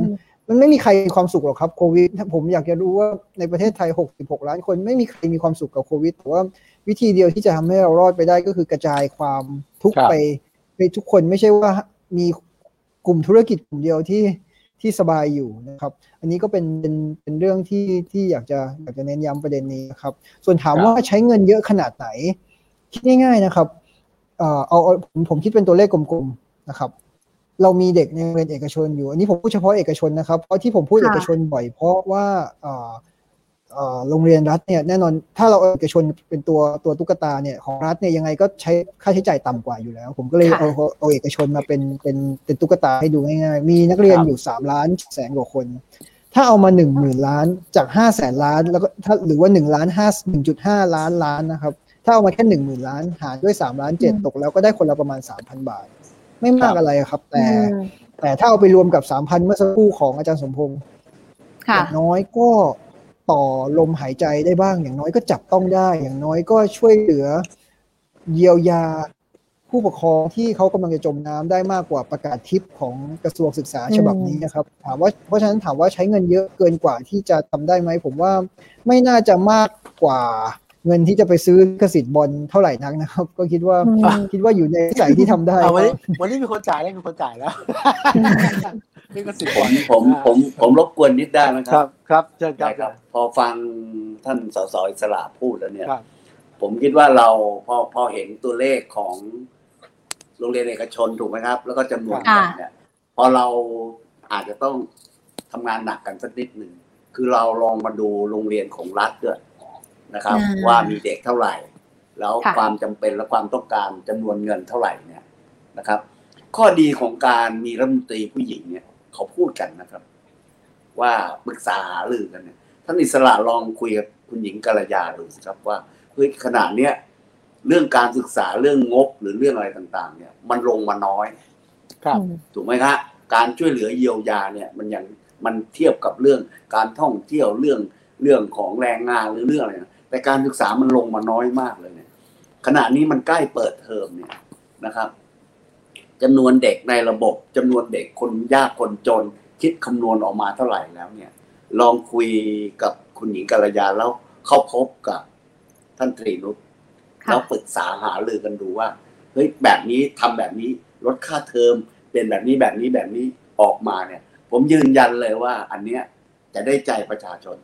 มันไม่มีใครมีความสุขหรอกครับโควิดผมอยากจะรู้ว่าในประเทศไทยหกสิบหกล้านคนไม่มีใครมีความสุขกับโควิดแต่ว่าวิธีเดียวที่จะทำให้เรารอดไปได้ก็คือกระจายความทุกข์ไปไปทุกคนไม่ใช่ว่ามีกลุ่มธุรกิจกลุ่มเดียวที่ที่สบายอยู่นะครับอันนี้ก็เป็นเป็นเป็นเรื่องที่ที่อยากจะอยากจะเน้นย้ำประเด็นนี้ครับส่วนถามว่าใช้เงินเยอะขนาดไหนคิดง่ายๆนะครับเอ่อเอาผมผมคิดเป็นตัวเลขกลมๆนะครับเรามีเด็กในโรงเรียนเอกชนอยู่อันนี้ผมพูดเฉพาะเอกชนนะครับเพราะที่ผมพูดเอกชนบ่อยเพราะว่าเอ่อเอ่อโรงเรียนรัฐเนี่ยแน่นอนถ้าเราเอกชนเป็นตัวตัวตุ๊กตาเนี่ยของรัฐเนี่ยยังไงก็ใช้ค่าใช้จ่ายต่ำกว่าอยู่แล้วผมก็เลยเอาเอาเอกชนมาเป็นเป็นเป็นตุ๊กตาให้ดูง่ายๆมีนักเรียนอยู่สามล้านแสนกว่าคนถ้าเอามา หนึ่งหมื่น ล้านจาก ห้าแสน ล้านแล้วก็ถ้าหรือว่า1ล้าน หนึ่งจุดห้า ล้านล้านนะครับถ้าเอามาแค่ หนึ่งหมื่น ล้านหารด้วยสามล้านเจ็ดตกแล้วก็ได้คนละประมาณ สามพัน บาทไม่มากอะไรครับแต่แต่ถ้าเอาไปรวมกับ สามพัน เมื่อสักครู่ของอาจารย์สมพงษ์อย่างน้อยก็ต่อลมหายใจได้บ้างอย่างน้อยก็จับต้องได้อย่างน้อยก็ช่วยเหลือเยียวยาผู้ปกครองที่เขากำลังจะจมน้ำได้มากกว่าประกาศทิปของกระทรวงศึกษาฉบับนี้นะครับถามว่าเพราะฉะนั้นถามว่าใช้เงินเยอะเกินกว่าที่จะทำได้ไหมผมว่าไม่น่าจะมากกว่าเงินที่จะไปซื้อลิขสิทธิ์บอลเท่าไหร่นักนะครับก็คิดว่าคิดว่าอยู่ในสายที่ทำได้วันนี้วันนี้มีคนจ่ายแล้วมีคนจ่ายแล้วลิขสิทธิ์บอลผมผมผมรบกวนนิดได้ไหมครับครับเชิญครับพอฟังท่านสสอิสระพูดแล้วเนี่ยผมคิดว่าเราพอพอเห็นตัวเลขของโรงเรียนเอกชนถูกไหมครับแล้วก็จำนวนเนี่ยพอเราอาจจะต้องทำงานหนักกันสักนิดหนึ่งคือเราลองมาดูโรงเรียนของรัฐด้วยนะครับว่ามีเด็กเท่าไหร่แล้วความจำเป็นและความต้องการจำนวนเงินเท่าไหร่เนี่ยนะครับข้อดีของการมีรัฐมนตรีผู้หญิงเนี่ยเขาพูดกันนะครับว่าปรึกษาหารือกันเนี่ยท่านอิสระลองคุยกับคุณหญิงกัลยาดูสิครับว่าเฮ้ยขนาดเนี้ยเรื่องการศึกษาเรื่องงบหรือเรื่องอะไรต่างๆเนี่ยมันลงมาน้อยครับถูกไหมครับการช่วยเหลือเยียวยาเนี่ยมันยังมันเทียบกับเรื่องการท่องเที่ยวเรื่องเรื่องของแรงงานหรือเรื่องอะไรนะแต่การศึกษามันลงมาน้อยมากเลยเนี่ยขณะนี้มันใกล้เปิดเทอมเนี่ยนะครับจำนวนเด็กในระบบจำนวนเด็กคนยากคนจนคิดคำนวณออกมาเท่าไหร่แล้วเนี่ยลองคุยกับคุณหญิงกัลยาแล้วเข้าพบกับท่านตรีนุชแล้วปรึกษาหารือกันดูว่าเฮ้ยแบบนี้ทำแบบนี้ลดค่าเทอมเป็นแบบนี้แบบนี้แบบนี้ออกมาเนี่ยผมยืนยันเลยว่าอันเนี้ยจะได้ใจประชาชน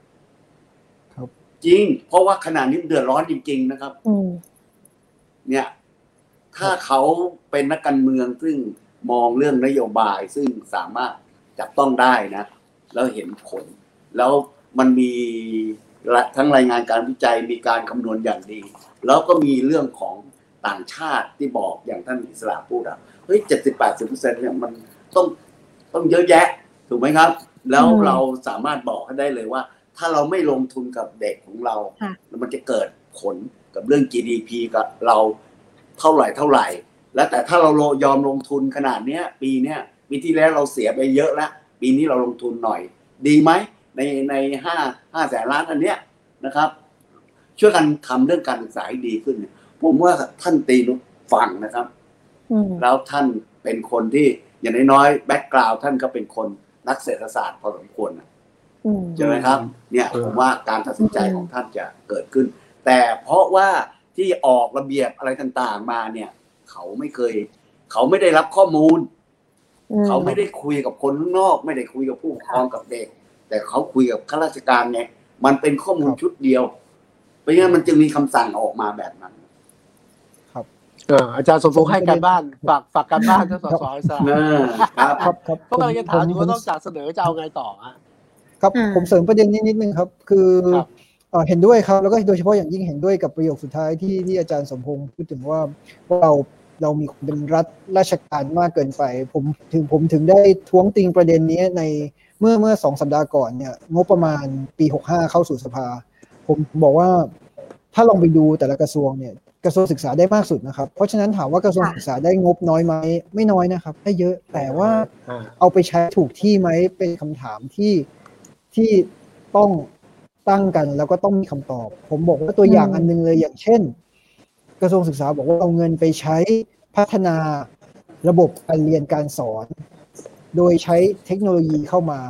จริงเพราะว่าขณะนี้เดือดร้อนจริงๆนะครับเนี่ยถ้าเขาเป็นนักการเมืองซึ่งมองเรื่องนโยบายซึ่งสามารถจับต้องได้นะแล้วเห็นผลแล้วมันมีทั้งรายงานการวิจัยมีการคำนวณอย่างดีแล้วก็มีเรื่องของต่างชาติที่บอกอย่างท่านอิสระพูดอ่ะเฮ้ย เจ็ดสิบถึงแปดสิบเปอร์เซ็นต์ เนี่ยมันต้องต้องเยอะแยะถูกไหมครับแล้วเราสามารถบอกได้เลยว่าถ้าเราไม่ลงทุนกับเด็กของเรามันจะเกิดผลกับเรื่อง จี ดี พี กับเราเท่าไหร่เท่าไหร่แล้วแต่ถ้าเรายอมลงทุนขนาดเนี้ยปีเนี้ยปีที่แล้วเราเสียไปเยอะแล้วปีนี้เราลงทุนหน่อยดีไหมในในห้าห้าแสนล้านอันเนี้ยนะครับช่วยกันทำเรื่องการศึกษาให้ดีขึ้นผมว่าท่านตีนุชฟังนะครับแล้วท่านเป็นคนที่อย่างน้อยๆแบ็คกราวด์ท่านก็เป็นคนนักเศรษฐศาสตร์พอสมควรนะใช่ไหมครับเนี่ยผมว่าการตัดสินใจของท่านจะเกิดขึ้นแต่เพราะว่าที่ออกระเบียบอะไรต่างๆมาเนี่ยเขาไม่เคยเขาไม่ได้รับข้อมูลเขาไม่ได้คุยกับคนข้างนอกไม่ได้คุยกับผู้ปกครองกับเด็กแต่เขาคุยกับข้าราชการไงมันเป็นข้อมูลชุดเดียวเพราะงั้นมันจึงมีคำสั่งออกมาแบบนั้นครับอาจารย์สมพงษ์ให้การบ้านฝากฝากการบ้านท่านสสอิสระครับครับครับเพราะกำลังจะถามอยู่ว่าต้องจากเสนอจะเอาไงต่อครับผมเสริมประเด็นนี้นิดนึงครับคือเห็นด้วยครับแล้วก็โดยเฉพาะอย่างยิ่งเห็นด้วยกับประโยคสุดท้ายที่ที่อาจารย์สมพงษ์พูดถึงว่าเราเรามีความเป็นรัฐราชการมากเกินไปผมถึงผมถึงได้ท้วงติงประเด็นนี้ในเมื่อเมื่อสองสัปดาห์ก่อนเนี่ยงบประมาณปีหกสิบห้าเข้าสู่สภาผมบอกว่าถ้าลองไปดูแต่ละกระทรวงเนี่ยกระทรวงศึกษาได้มากสุดนะครับเพราะฉะนั้นถามว่ากระทรวงศึกษาได้งบน้อยไหมไม่น้อยนะครับได้เยอะแต่ว่าเอาไปใช้ถูกที่ไหมเป็นคำถามที่ที่ต้องตั้งกันแล้วก็ต้องมีคำตอบผมบอกว่าตัวอย่างอันนึงเลยอย่างเช่นกระทรวงศึกษาบอกว่าเอาเงินไปใช้พัฒนาระบบการเรียนการสอนโดยใช้เทคโนโลยีเข้ามา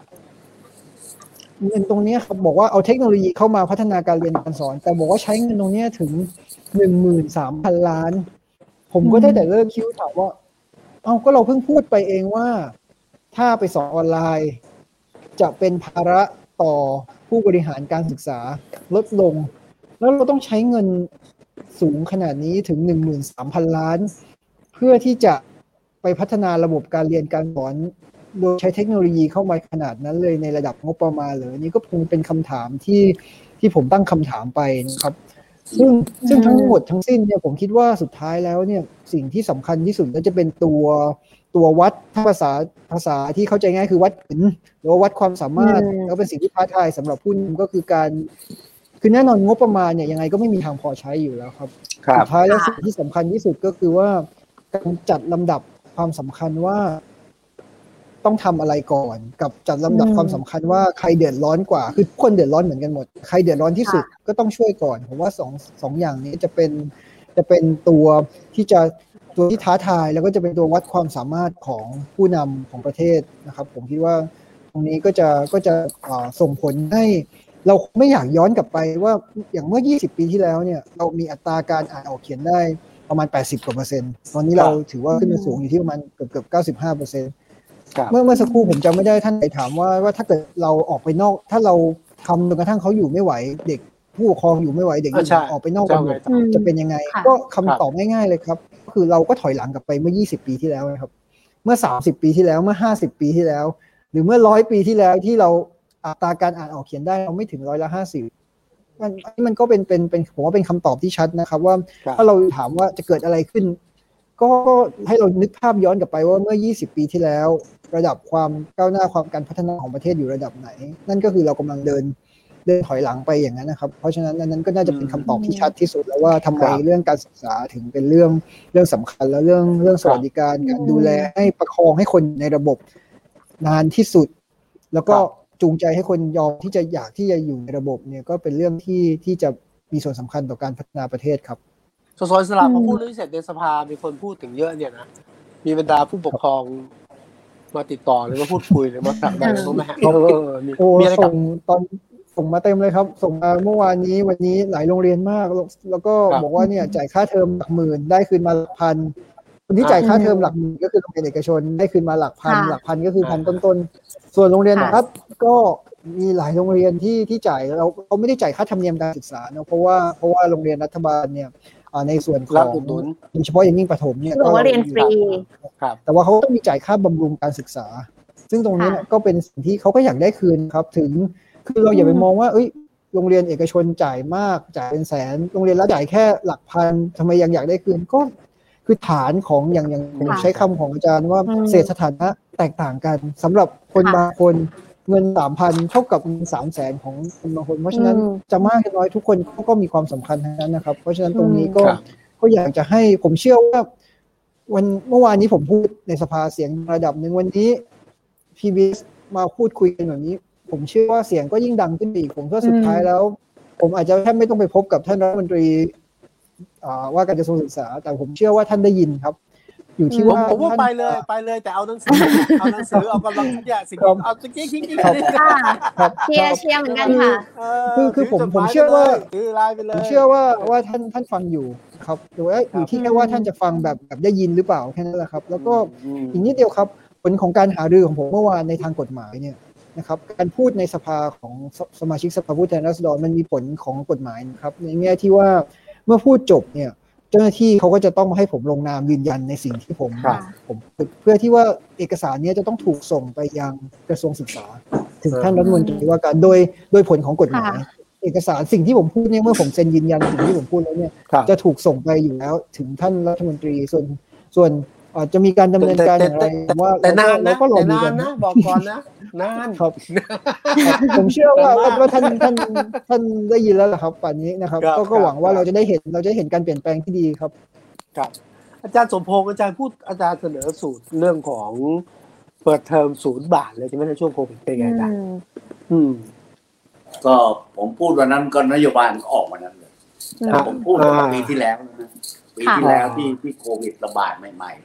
เงินตรงนี้ครับบอกว่าเอาเทคโนโลยีเข้ามาพัฒนาการเรียนการสอนแต่บอกว่าใช้เงินตรงนี้ถึง หนึ่งหมื่นสามพัน ล้านผมก็ได้แต่เริ่มคิดถามว่าเอ้าก็เราเพิ่งพูดไปเองว่าถ้าไปสอนออนไลน์จะเป็นภาระต่อผู้บริหารการศึกษาลดลงแล้วเราต้องใช้เงินสูงขนาดนี้ถึง หนึ่งหมื่นสามพัน ล้านเพื่อที่จะไปพัฒนาระบบการเรียนการสอนโดยใช้เทคโนโลยีเข้ามาขนาดนั้นเลยในระดับงบประมาณเลยนี่ก็คงเป็นคำถามที่ที่ผมตั้งคำถามไปนะครับซึ่งซึ่งทั้งหมดทั้งสิ้นเนี่ยผมคิดว่าสุดท้ายแล้วเนี่ยสิ่งที่สำคัญที่สุดก็จะเป็นตัวตัววัดถ้าภาษาภาษาที่เข้าใจง่ายคือวัดผลหรือว่าวัดความสามารถแล้วเป็นสิ่งที่ท้าทายสำหรับผู้นำก็คือการคือแน่นอนงบประมาณเนี่ยยังไงก็ไม่มีทางพอใช้อยู่แล้วครับสุดท้ายแล้วสิ่งที่สำคัญที่สุดก็คือว่าการจัดลำดับความสำคัญว่าต้องทำอะไรก่อนกับจัดลำดับความสำคัญว่าใครเดือดร้อนกว่าคือทุกคนเดือดร้อนเหมือนกันหมดใครเดือดร้อนที่สุดก็ต้องช่วยก่อนผมว่าสองสองอย่างนี้จะเป็นจะเป็นตัวที่จะตัวที่ท้าทายแล้วก็จะเป็นตัววัดความสามารถของผู้นำของประเทศนะครับผมคิดว่าตรงนี้ก็จะก็จะส่งผลให้เราไม่อยากย้อนกลับไปว่าอย่างเมื่อยี่สิบปีที่แล้วเนี่ยเรามีอัตราการอ่านออกเขียนได้ประมาณแปดสิบกว่าเปอร์เซ็นต์ตอนนี้เราถือว่าขึ้นมาสูงอยู่ที่ประมาณเกือบเกือบเก้าสิบห้าเปอร์เซ็นต์เมื่อเมื่อสักครู่ผมจำไม่ได้ท่านไหนถามว่าว่าถ้าเกิดเราออกไปนอกถ้าเราทำจนกระทั่งเขาอยู่ไม่ไหวเด็กผู้ปกครองอยู่ไม่ไหวเด็กออกไปนอกระบบจะเป็นยังไงก็คำตอบง่ายๆเลยครับคือเราก็ถอยหลังกลับไปเมื่อยี่สิบปีที่แล้วนะครับเมื่อสามสิบปีที่แล้วเมื่อห้าสิบปีที่แล้วหรือเมื่อร้อยปีที่แล้วที่เราอัตราการอ่านออกเขียนได้เราไม่ถึงร้อยละห้าสิบมันมันก็เป็นเป็นเป็นผมว่าเป็นคำตอบที่ชัดนะครับว่าถ้าเราถามว่าจะเกิดอะไรขึ้นก็ให้เรานึกภาพย้อนกลับไปว่าเมื่อยี่สิบปีที่แล้วระดับความก้าวหน้าความการพัฒนาของประเทศอยู่ระดับไหนนั่นก็คือเรากำลังเดินเดินถอยหลังไปอย่างนั้นนะครับเพราะฉะนั้นนั้นก็น่าจะเป็นคำตอบที่ชัดที่สุดแล้วว่าทำไมเรื่องการศึกษาถึงเป็นเรื่องเรื่องสำคัญและเรื่องเรื่องสวัสดิการการดูแลให้ประคองให้คนในระบบนานที่สุดแล้วก็จูงใจให้คนยอมที่จะอยากที่จะอยู่ในระบบเนี่ยก็เป็นเรื่องที่ที่จะมีส่วนสำคัญต่อการพัฒนาประเทศครับสสอิสระมาพูดเรื่องเสร็จในสภามีคนพูดถึงเยอะเนี่ยนะมีบรรดาผู้ปกครองมาติดต่อหรือมาพูดคุยหรือมาสั่งอะไรบ้างไหมฮะโอ้ส่งตอนส่งมาเต็มเลยครับส่งมาเมื่อวานนี้วันนี้หลายโรงเรียนมากแล้วก็บอกว่าเนี่ยจ่ายค่าเทอมหลักหมื่นได้คืนมาหลักพันคนที่จ่ายค่าเทอมหลักหมื่นก็คือโรงเรียนเอกชนได้คืนมาหลักพันหลักพันก็คือพันต้นๆส่วนโรงเรียนรัฐก็มีหลายโรงเรียนที่ที่จ่ายเราเขาไม่ได้จ่ายค่าธรรมเนียมการศึกษาเนาะเพราะว่าเพราะว่าโรงเรียนรัฐบาลเนี่ยในส่วนของโดยเฉพาะอย่างยิ่งประถมเนี่ยก็เรียนฟรีแต่ว่าเขาต้องมีจ่ายค่าบำรุงการศึกษาซึ่งตรงนี้ก็เป็นสิ่งที่เขาก็อยากได้คืนครับถึงคือเราอย่าไปมองว่าเอ้ยโรงเรียนเอกชนจ่ายมากจ่ายเป็นแสนโรงเรียนรัฐจ่ายแค่หลักพันทำไมยังอยากได้คืนก็คือฐานของอย่างอย่างผมใช้คำของอาจารย์ว่าเศรษฐสถานะแตกต่างกันสำหรับคนบางคนเงิน สามพัน เท่ากับเงิน สามแสน ของคนบางคนเพราะฉะนั้นจะมากจะน้อยทุกคนก็มีความสำคัญทั้งนั้นนะครับเพราะฉะนั้นตรงนี้ก็ก็อยากจะให้ผมเชื่อว่าวันเมื่อวานนี้ผมพูดในสภาเสียงระดับหนึ่งวันนี้ พี บี เอส มาพูดคุยกันแบบนี้ผมเชื่อว่าเสียงก็ยิ่งดังขึ้นอีกผมก็สุดท้ายแล้วผมอาจจะแทบไม่ต้องไปพบกับท่านรัฐมนตรีว่าการกระทรวงศึกษาแต่ผมเชื่อว่าท่านได้ยินครับอยู่ที่ว่าผมว่าไปเลยไปเลยแต่เอาหนังสือเอาหนังสือเอากำลังทุกอย่างสิ่งเอาจริงจริงจริงเชียร์เชียร์เหมือนกันค่ะคือคือผมผมเชื่อว่าผมเชื่อว่าว่าท่านท่านฟังอยู่ครับหรือว่าอยู่ที่แค่ว่าท่านจะฟังแบบแบบได้ยินหรือเปล่าแค่นั้นแหละครับแล้วก็อีกนิดเดียวครับผลของการหารือของผมเมื่อวานในทางกฎหมายเนี่ยนะครับการพูดในสภาของสมาชิกสภาผู้แทนราษฎรมันมีผลของกฎหมายนะครับในแง่ที่ว่าเมื่อพูดจบเนี่ยเจ้าหน้าที่เขาก็จะต้องมาให้ผมลงนามยืนยันในสิ่งที่ผมผมเพื่อที่ว่าเอกสารนี้จะต้องถูกส่งไปยังกระทรวงศึกษาถึงท่านรัฐมนตรีว่าการโดยโดยผลของกฎหมายเอกสารสิ่งที่ผมพูดเนี่ยเมื่อผมเซ็นยืนยันสิ่งที่ผมพูดแล้วเนี่ยจะถูกส่งไปอยู่แล้วถึงท่านรัฐมนตรีส่วนส่วนจะมีการดำเนินการอย่างไรว่าแต่นานนะแต่นานนะบอกก่อนนะนานครับผมเชื่อว่าว่าท่านท่านท่านได้ยินแล้วแหละครับป่านนี้นะครับก็ก็หวังว่าเราจะได้เห็นเราจะเห็นการเปลี่ยนแปลงที่ดีครับครับอาจารย์สมพงษ์อาจารย์พูดอาจารย์เสนอสูตรเรื่องของเปิดเทอมศูนย์บาทเลยใช่ไหมในช่วงโควิดเป็นไงอาจารย์อืมก็ผมพูดวันนั้นก็นโยบายก็ออกมานั้นเลยแต่ผมพูดตั้งแต่ปีที่แล้วนะปีที่แล้วที่ที่โควิดระบาดใหม่ๆเลย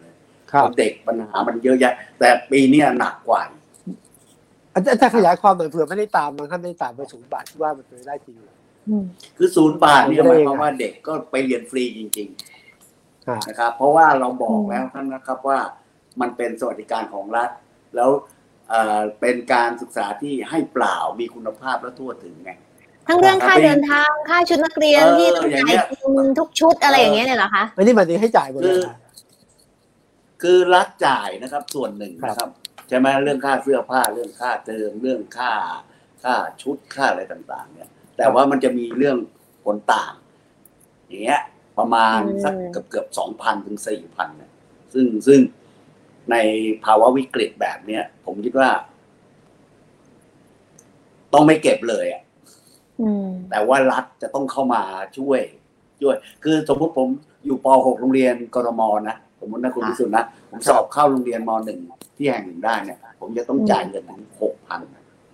เด็กปัญหามันเยอะแยะแต่ปีนี้หนักกว่าอาจารย์จะขยายความหน่อยเผื่อไม่ได้ตามมันขั้นไม่ได้ตามไปศูนย์บาทว่ามันเป็นได้จริงคือศูนย์บาทเนี่ยหมายความว่าเด็กก็ไปเรียนฟรีจริงๆนะครับเพราะว่าเราบอกแล้วท่านนะครับว่ามันเป็นสวัสดิการของรัฐแล้วเป็นการศึกษาที่ให้เปล่ามีคุณภาพและทั่วถึงไงทั้งเรื่องค่าเดินทางค่าชุดนักเรียนที่ต้องจ่ายทุกชุดอะไรอย่างเงี้ยเนี่ยเหรอคะอันนี้มันให้จ่ายหมดเลยคือรัฐจ่ายนะครับส่วนหนึ่งนะครับใช่ไหมเรื่องค่าเสื้อผ้าเรื่องค่าเทอมเรื่องค่าค่าชุดค่าอะไรต่างๆเนี่ยแต่ว่ามันจะมีเรื่องผลต่างอย่างเงี้ยประมาณสักเกือบเกือบสองพันถึงสี่พันเนี่ยซึ่งซึ่งในภาวะวิกฤตแบบเนี้ยผมคิดว่าต้องไม่เก็บเลยอ่ะแต่ว่ารัฐจะต้องเข้ามาช่วยช่วยคือสมมติผมอยู่ป หก โรงเรียนกทมนะสมมตินะคุณพิสุทธิ์นะผมสอบเข้าโรงเรียนม หนึ่งที่แห่งหนึ่งได้เนี่ยผมจะต้องจ่ายเงินถึง หกพัน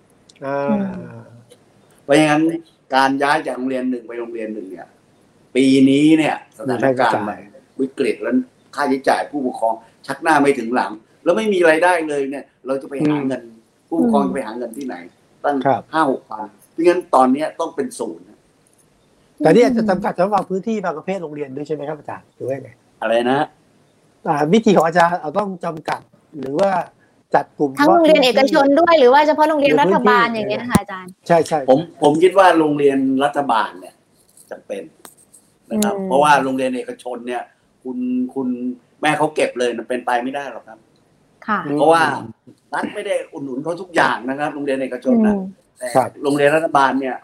เพราะงั้นการย้ายจากโรงเรียนหนึ่งไปโรงเรียนหนึ่งเนี่ยปีนี้เนี่ยสถานการณ์วิกฤตแล้วค่าใช้จ่ายผู้ปกครองชักหน้าไม่ถึงหลังแล้วไม่มีรายได้เลยเนี่ยเราจะไปหาเงินผู้ปกครองไปหาเงินที่ไหนตั้ง ห้าหกพัน เพราะงั้นตอนนี้ต้องเป็นศูนย์แต่นี่อาจจะจำกัดเฉพาะพื้นที่บางประเภทโรงเรียนด้วยใช่ไหมครับอาจารย์หรือว่าไงอะไรนะวิธีของอาจารย์เราต้องจำกัดหรือว่าจัดกลุ่มทั้งโรงเรียนเอกชนด้วยหรือว่าเฉพาะโรงเรียนรัฐบาลอย่างเงี้ยค่ะอาจารย์ใช่ใช่ผมผมคิดว่าโรงเรียนรัฐบาลเนี่ยจำเป็นนะครับเพราะว่าโรงเรียนเอกชนเนี่ยคุณคุณแม่เขาเก็บเลยมันเป็นไปไม่ได้หรอกครับเพราะว่ารัฐไม่ได้อุดหนุนเขาทุกอย่างนะครับโรงเรียนเอกชนนะแต่โรงเรียนรัฐบาลเนี่ย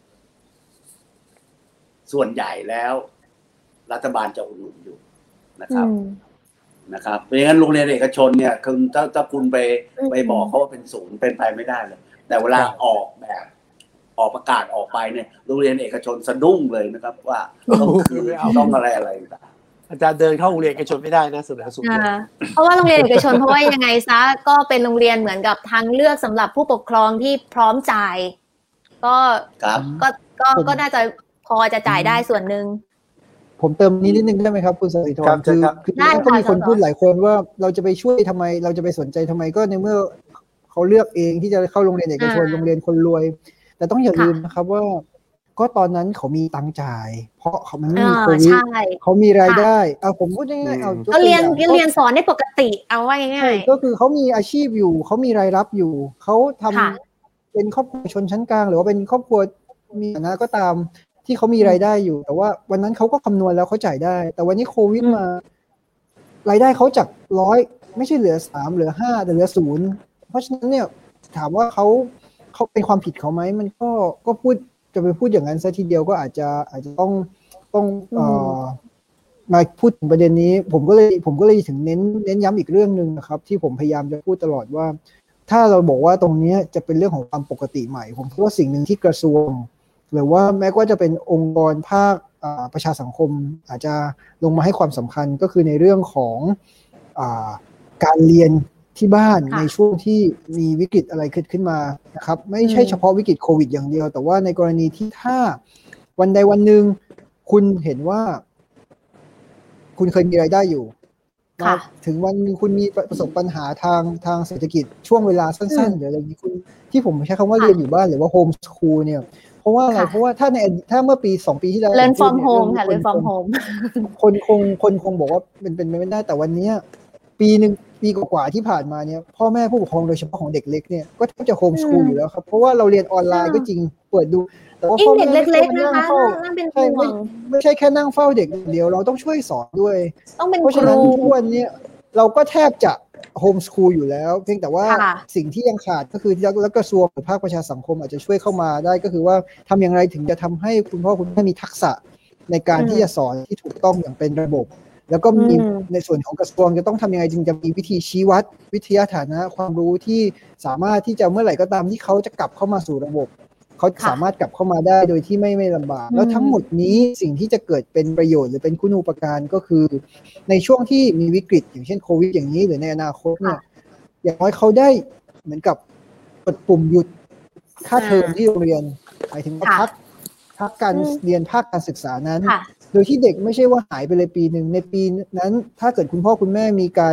ส่วนใหญ่แล้วรัฐบาลจะอุดหนุนอยู่นะครับนะครับเพราะงั้นโรงเรียนเอกชนเนี่ยคือถ้าถ้าคุณไปไปบอกเขาว่าเป็นศูนย์เป็นไปไม่ได้เลยแต่เวลาออกแบบออกประกาศออกไปเนี่ยโรงเรียนเอกชนสะดุ้งเลยนะครับว่าต้องคือต้องอะไรอะไรต่างอาจารย์เดินเข้าโรงเรียนเอกชนไม่ได้นะสุดแล้วสุดเพราะว่าโรงเรียนเอกชนเพราะว่ายังไงซะก็เป็นโรงเรียนเหมือนกับทางเลือกสำหรับผู้ปกครองที่พร้อมจ่ายก็ก็ก็ก็น่าจะพอจะจ่ายได้ส่วนหนึ่งผมเติมนี้นิดนึงได้ไหมครับคุณสริธรคือคือก็มีคนพูดหลายคนว่าเราจะไปช่วยทำไมเราจะไปสนใจทำไมก็ในเมื่อเขาเลือกเองที่จะเข้าโรงเรียนเอกชนโรงเรียนคนรวยแต่ต้องอย่าลืมนะครับว่าก็ตอนนั้นเขามีตังค์จ่ายเพราะเขามันไม่มีโควิดเขามีรายได้เอาผมพูดง่ายๆเอาเขาเรียนเรียนสอนได้ปกติเอาว่าง่ายๆก็คือเขามีอาชีพอยู่เขามีรายรับอยู่เขาทำเป็นครอบครัวชนชั้นกลางหรือว่าเป็นครอบครัวมีฐานะก็ตามที่เขามีรายได้อยู่แต่ว่าวันนั้นเขาก็คำนวณแล้วเขาจ่ายได้แต่วันนี้โควิดมารายได้เขาจากร้อยไม่ใช่เหลือสามเหลือห้าแต่เหลือศูนย์เพราะฉะนั้นเนี่ยถามว่าเขาเขาเป็นความผิดเขาไหมมันก็ก็พูดจะไปพูดอย่างนั้นซะทีเดียวก็อาจจะอาจจะต้องต้องเอ่อมาพูดถึงประเด็นนี้ผมก็เลยผมก็เลยถึงเน้นเน้นย้ำอีกเรื่องนึงนะครับที่ผมพยายามจะพูดตลอดว่าถ้าเราบอกว่าตรงนี้จะเป็นเรื่องของความปกติใหม่ผมคิดว่าสิ่งหนึ่งที่กระทรวงหรือว่าแม้ว่าจะเป็นองค์กรภาคประชาสังคมอาจจะลงมาให้ความสำคัญก็คือในเรื่องของอ่าการเรียนที่บ้านในช่วงที่มีวิกฤตอะไรเกิดขึ้นมานะครับไม่ใช่เฉพาะวิกฤตโควิดอย่างเดียวแต่ว่าในกรณีที่ถ้าวันใดวันหนึ่งคุณเห็นว่าคุณเคยมีรายได้อยู่ถึงวันนึงคุณมีประสบปัญหาทางทางเศรษฐกิจช่วงเวลาสั้นๆหรืออะไรอย่างนี้คุณที่ผมใช้คำว่าเรียนอยู่บ้านหรือว่าโฮมสคูลเนี่ยเพราะว่าอะไรเพราะว่าถ้าในถ้าเมื่อปีสองปีที่แล้ว Learn from home ค่ะ Learn from home คนคงคนคงบอกว่าเป็นเป็นไม่ได้แต่วันนี้ปีนึงปีกว่าๆที่ผ่านมาเนี่ยพ่อแม่ผู้ปกครองโดยเฉพาะของเด็กเล็กเนี่ยก็แทบจะโฮมสคูลอยู่แล้วครับเพราะว่าเราเรียนออนไลน์ก็จริงเปิดดูแต่ว่าพ่อแม่เล็กๆนะคะน่าเป็นห่วงไม่ใช่แค่นั่งเฝ้าเด็กเดียวเราต้องช่วยสอนด้วยต้องเป็นครูเพราะฉะนั้นทุกวันนี้เราก็แทบจะโฮมสคูลอยู่แล้วเพียงแต่ว่าสิ่งที่ยังขาดก็คือแล้วกระทรวงหรือภาคประชาสังคมอาจจะช่วยเข้ามาได้ก็คือว่าทำอย่างไรถึงจะทำให้คุณพ่อคุณแม่มีทักษะในการที่จะสอนที่ถูกต้องอย่างเป็นระบบแล้วก็มีในส่วนของกระทรวงจะต้องทำยังไงจึงจะมีวิธีชี้วัดวิทยาฐานะความรู้ที่สามารถที่จะเมื่อไหร่ก็ตามที่เขาจะกลับเข้ามาสู่ระบบเขาสามารถกลับเข้ามาได้โดยที่ไม่ไม่ลำบากแล้วทั้งหมดนี้สิ่งที่จะเกิดเป็นประโยชน์หรือเป็นคุณูปการก็คือในช่วงที่มีวิกฤตอย่างเช่นโควิดอย่างนี้หรือในอนาคตเนี่ยอย่างน้อยเขาได้เหมือนกับกดปุ่มหยุดค่าเทอมที่โรงเรียนหมายถึงพักพักการเรียนภาคการศึกษานั้นโดยที่เด็กไม่ใช่ว่าหายไปเลยปีหนึ่งในปีนั้นถ้าเกิดคุณพ่อคุณแม่มีการ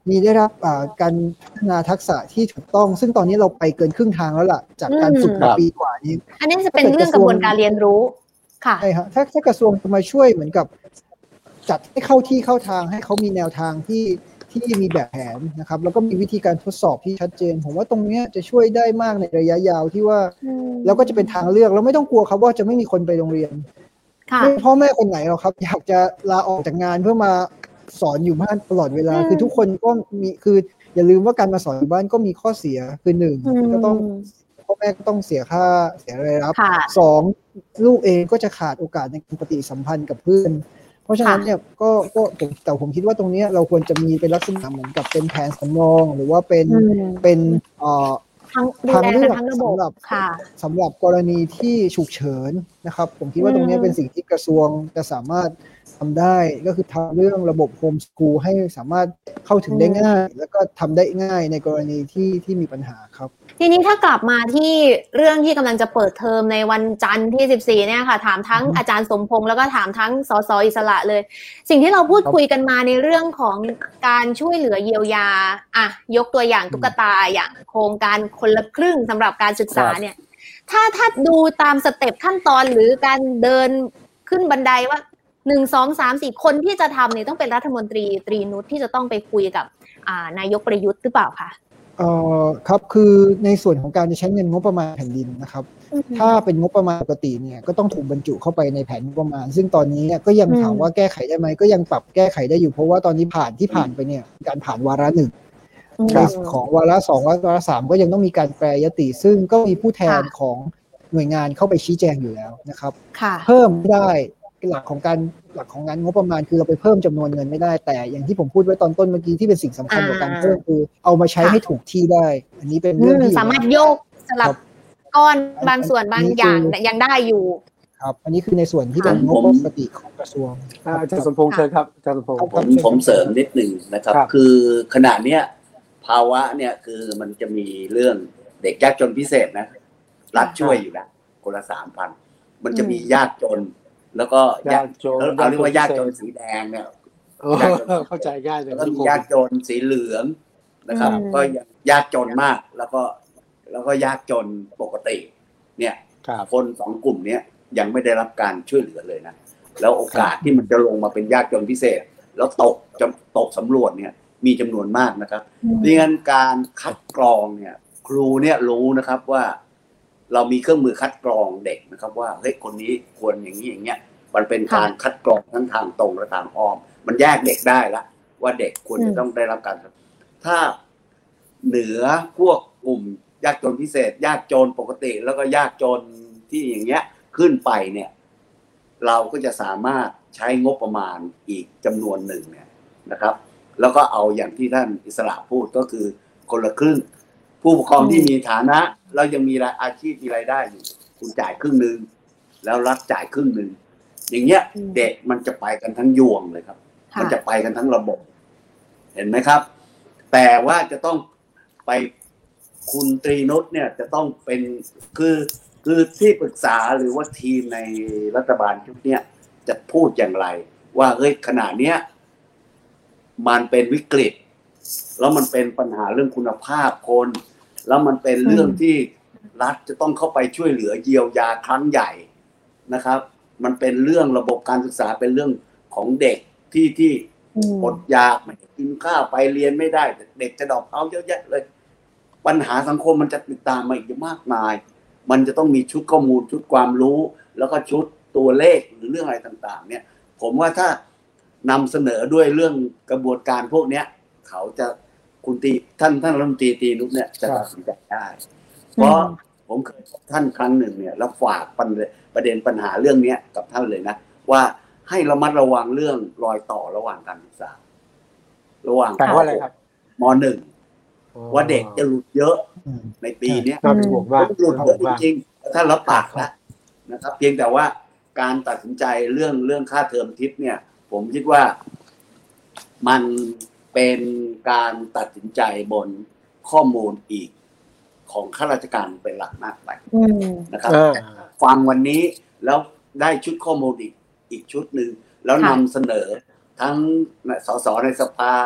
มีได้รับการพัฒนาทักษะที่ถูกต้องซึ่งตอนนี้เราไปเกินครึ่งทางแล้วล่ะจากการฝึกมาปีกว่านี้อันนี้จะเป็นเรื่องกระบวนการเรียนรู้ค่ะใช่ครับถ้าถ้ากระทรวงจะมาช่วยเหมือนกับจัดให้เข้าที่เข้าทางให้เขามีแนวทางที่ที่มีแบบแผนนะครับแล้วก็มีวิธีการทดสอบที่ชัดเจนผมว่าตรงนี้จะช่วยได้มากในระยะยาวที่ว่าแล้วก็จะเป็นทางเลือกเราไม่ต้องกลัวครับว่าจะไม่มีคนไปโรงเรียนไม่พ่อแม่คนไหนหรอกครับอยากจะลาออกจากงานเพื่อมาสอนอยู่บ้านตลอดเวลาคือทุกคนก็มีคืออย่าลืมว่าการมาสอนอยู่บ้านก็มีข้อเสียคือหนึ่งก็ต้องพ่อแม่ก็ต้องเสียค่าเสียรายรับสองลูกเองก็จะขาดโอกาสในการปฏิสัมพันธ์กับเพื่อนเพราะฉะนั้นเนี่ยก็ก็แต่ผมคิดว่าตรงนี้เราควรจะมีเป็นลักษณะเหมือนกับเป็นแผนสำรองหรือว่าเป็นเป็นเอ่อทางเลือกสำหรับสำหรับกรณีที่ฉุกเฉินนะครับผมคิดว่าตรงนี้เป็นสิ่งที่กระทรวงจะสามารถทำได้ก็คือทำเรื่องระบบโฮมสคูลให้สามารถเข้าถึงได้ง่ายแล้วก็ทำได้ง่ายในกรณีที่ที่มีปัญหาครับทีนี้ถ้ากลับมาที่เรื่องที่กำลังจะเปิดเทอมในวันจันทร์ที่สิบสี่เนี่ยค่ะถามทั้งอาจารย์สมพงษ์แล้วก็ถามทั้งสสอิสระเลยสิ่งที่เราพูดคุยกันมาในเรื่องของการช่วยเหลือเยียวยาอ่ะยกตัวอย่างตุ๊กตาอย่างโครงการคนละครึ่งสำหรับการศึกษาเนี่ยถ้าถ้าดูตามสเต็ปขั้นตอนหรือการเดินขึ้นบันไดว่าหนึ่ง สอง สาม สี่คนที่จะทำเนี่ยต้องเป็นรัฐมนตรีตรีนุชที่จะต้องไปคุยกับอ่านายกประยุทธ์หรือเปล่าคะเอ่อครับคือในส่วนของการจะใช้เงินงบประมาณแผ่นดินนะครับถ้าเป็นงบประมาณปกติเนี่ยก็ต้องถูกบรรจุเข้าไปในแผนงบประมาณซึ่งตอนนี้ก็ยังถามว่าแก้ไขได้ไหมก็ยังปรับแก้ไขได้อยู่เพราะว่าตอนนี้ผ่านที่ผ่านไปเนี่ยการผ่านวาระหนึ่งของวาระสองวาระสามก็ยังต้องมีการแปรยติซึ่งก็มีผู้แทนของหน่วยงานเข้าไปชี้แจงอยู่แล้วนะครับเพิ่มไม่ได้หลักของการหลักของงานงบประมาณคือเราไปเพิ่มจำนวนเงินไม่ได้แต่อย่างที่ผมพูดไว้ตอนต้นเมื่อกี้ที่เป็นสิ่งสำคัญกว่าการเพิ่มคือเอามาใช้ให้ถูกที่ได้อันนี้เป็นเรื่องที่สามารถโยกสลับก้อนบางส่วนบางอย่างยังได้อยู่ครับอันนี้คือในส่วนที่เป็นงบปกติของกระทรวงอาจารย์สมพงษ์เชิญครับอาจารย์สมพงษ์ผมผมเสริมนิดนึงนะครับคือขณะเนี้ยภาวะเนี่ยคือมันจะมีเรื่องเด็กยากจนพิเศษนะรัฐช่วยอยู่แล้วคนละ สามพัน มันจะมียากจนแล้วก็ยากจนเราเรียกว่ายากจนสีแดงเนี่ยเข้าใจง่ายเลยแล้วก็มียากจนสีเหลืองนะครับก็ยากจนมากแล้วก็แล้วก็ยากจนปกติเนี่ยคนสองกลุ่มนี้ยังไม่ได้รับการช่วยเหลือเลยนะแล้วโอกาสที่มันจะลงมาเป็นยากจนพิเศษแล้วตกจะตกสำรวจเนี่ยมีจำนวนมากนะครับดังนั้นการคัดกรองเนี่ยครูเนี่ยรู้นะครับว่าเรามีเครื่องมือคัดกรองเด็กนะครับว่าเฮ้ยคนนี้ควรอย่างนี้อย่างเงี้ยมันเป็นการคัดกรองทั้งทางตรงและทางอ้อมมันแยกเด็กได้ละว่าเด็กควรจะต้องได้รับการถ้าเหนือพวกกลุ่มยากจนพิเศษยากจนปกติแล้วก็ยากจนที่อย่างเงี้ยขึ้นไปเนี่ยเราก็จะสามารถใช้งบประมาณอีกจำนวนหนึ่งเนี่ยนะครับแล้วก็เอาอย่างที่ท่านอิสระพูดก็คือคนละครึ่งผู้ปกครองที่มีฐานะแล้วยังมีอาชีพมีรายได้อยู่คุณจ่ายครึ่งนึงแล้วรัฐจ่ายครึ่งนึงอย่างเงี้ยเด็กมันจะไปกันทั้งยวงเลยครับมันจะไปกันทั้งระบบเห็นไหมครับแต่ว่าจะต้องไปคุณตรีนุชเนี่ยจะต้องเป็นคือคือที่ปรึกษาหรือว่าทีมในรัฐบาลชุดเนี้ยจะพูดอย่างไรว่าเฮ้ยขณะเนี้ยมันเป็นวิกฤตแล้วมันเป็นปัญหาเรื่องคุณภาพคนแล้วมันเป็นเรื่องที่รัฐจะต้องเข้าไปช่วยเหลือเยียวยาครั้งใหญ่นะครับมันเป็นเรื่องระบบการศึกษาเป็นเรื่องของเด็กที่ที่อดอยากไม่กินข้าวไปเรียนไม่ได้เด็กจะดรอปเอาท์เยอะแยะเลยปัญหาสังคมมันจะติดตามมาอีกมากมายมันจะต้องมีชุดข้อมูลชุดความรู้แล้วก็ชุดตัวเลขหรือเรื่องอะไรต่างๆเนี่ยผมว่าถ้านำเสนอด้วยเรื่องกระบวนการพวกนี้เขาจะคุณตีท่านท่านรัฐมนตรีตีนุชเนี่ยจะตัดสินใจได้เพราะผมเคยพบท่านครั้งหนึ่งเนี่ยแล้วฝากประเด็นปัญหาเรื่องนี้กับท่านเลยนะว่าให้ระมัดระวังเรื่องรอยต่อระหว่างการศึกษาระหว่างแปลว่าอะไรครับม.หนึ่ง ว่าเด็กจะหลุดเยอะในปีนี้น่าเป็นห่วงมากหลุดเยอะจริงๆถ้ารับปากแล้วนะครับเพียงแต่ว่าการตัดสินใจเรื่องเรื่องค่าเทอมทิปเนี่ยผมคิดว่ามันเป็นการตัดสินใจบนข้อมูลอีกของข้าราชการเป็นหลักมากไปนะครับฟังวันนี้แล้วได้ชุดข้อมูลอีกอีกชุดหนึ่งแล้วนำเสนอทั้งสสในสภาส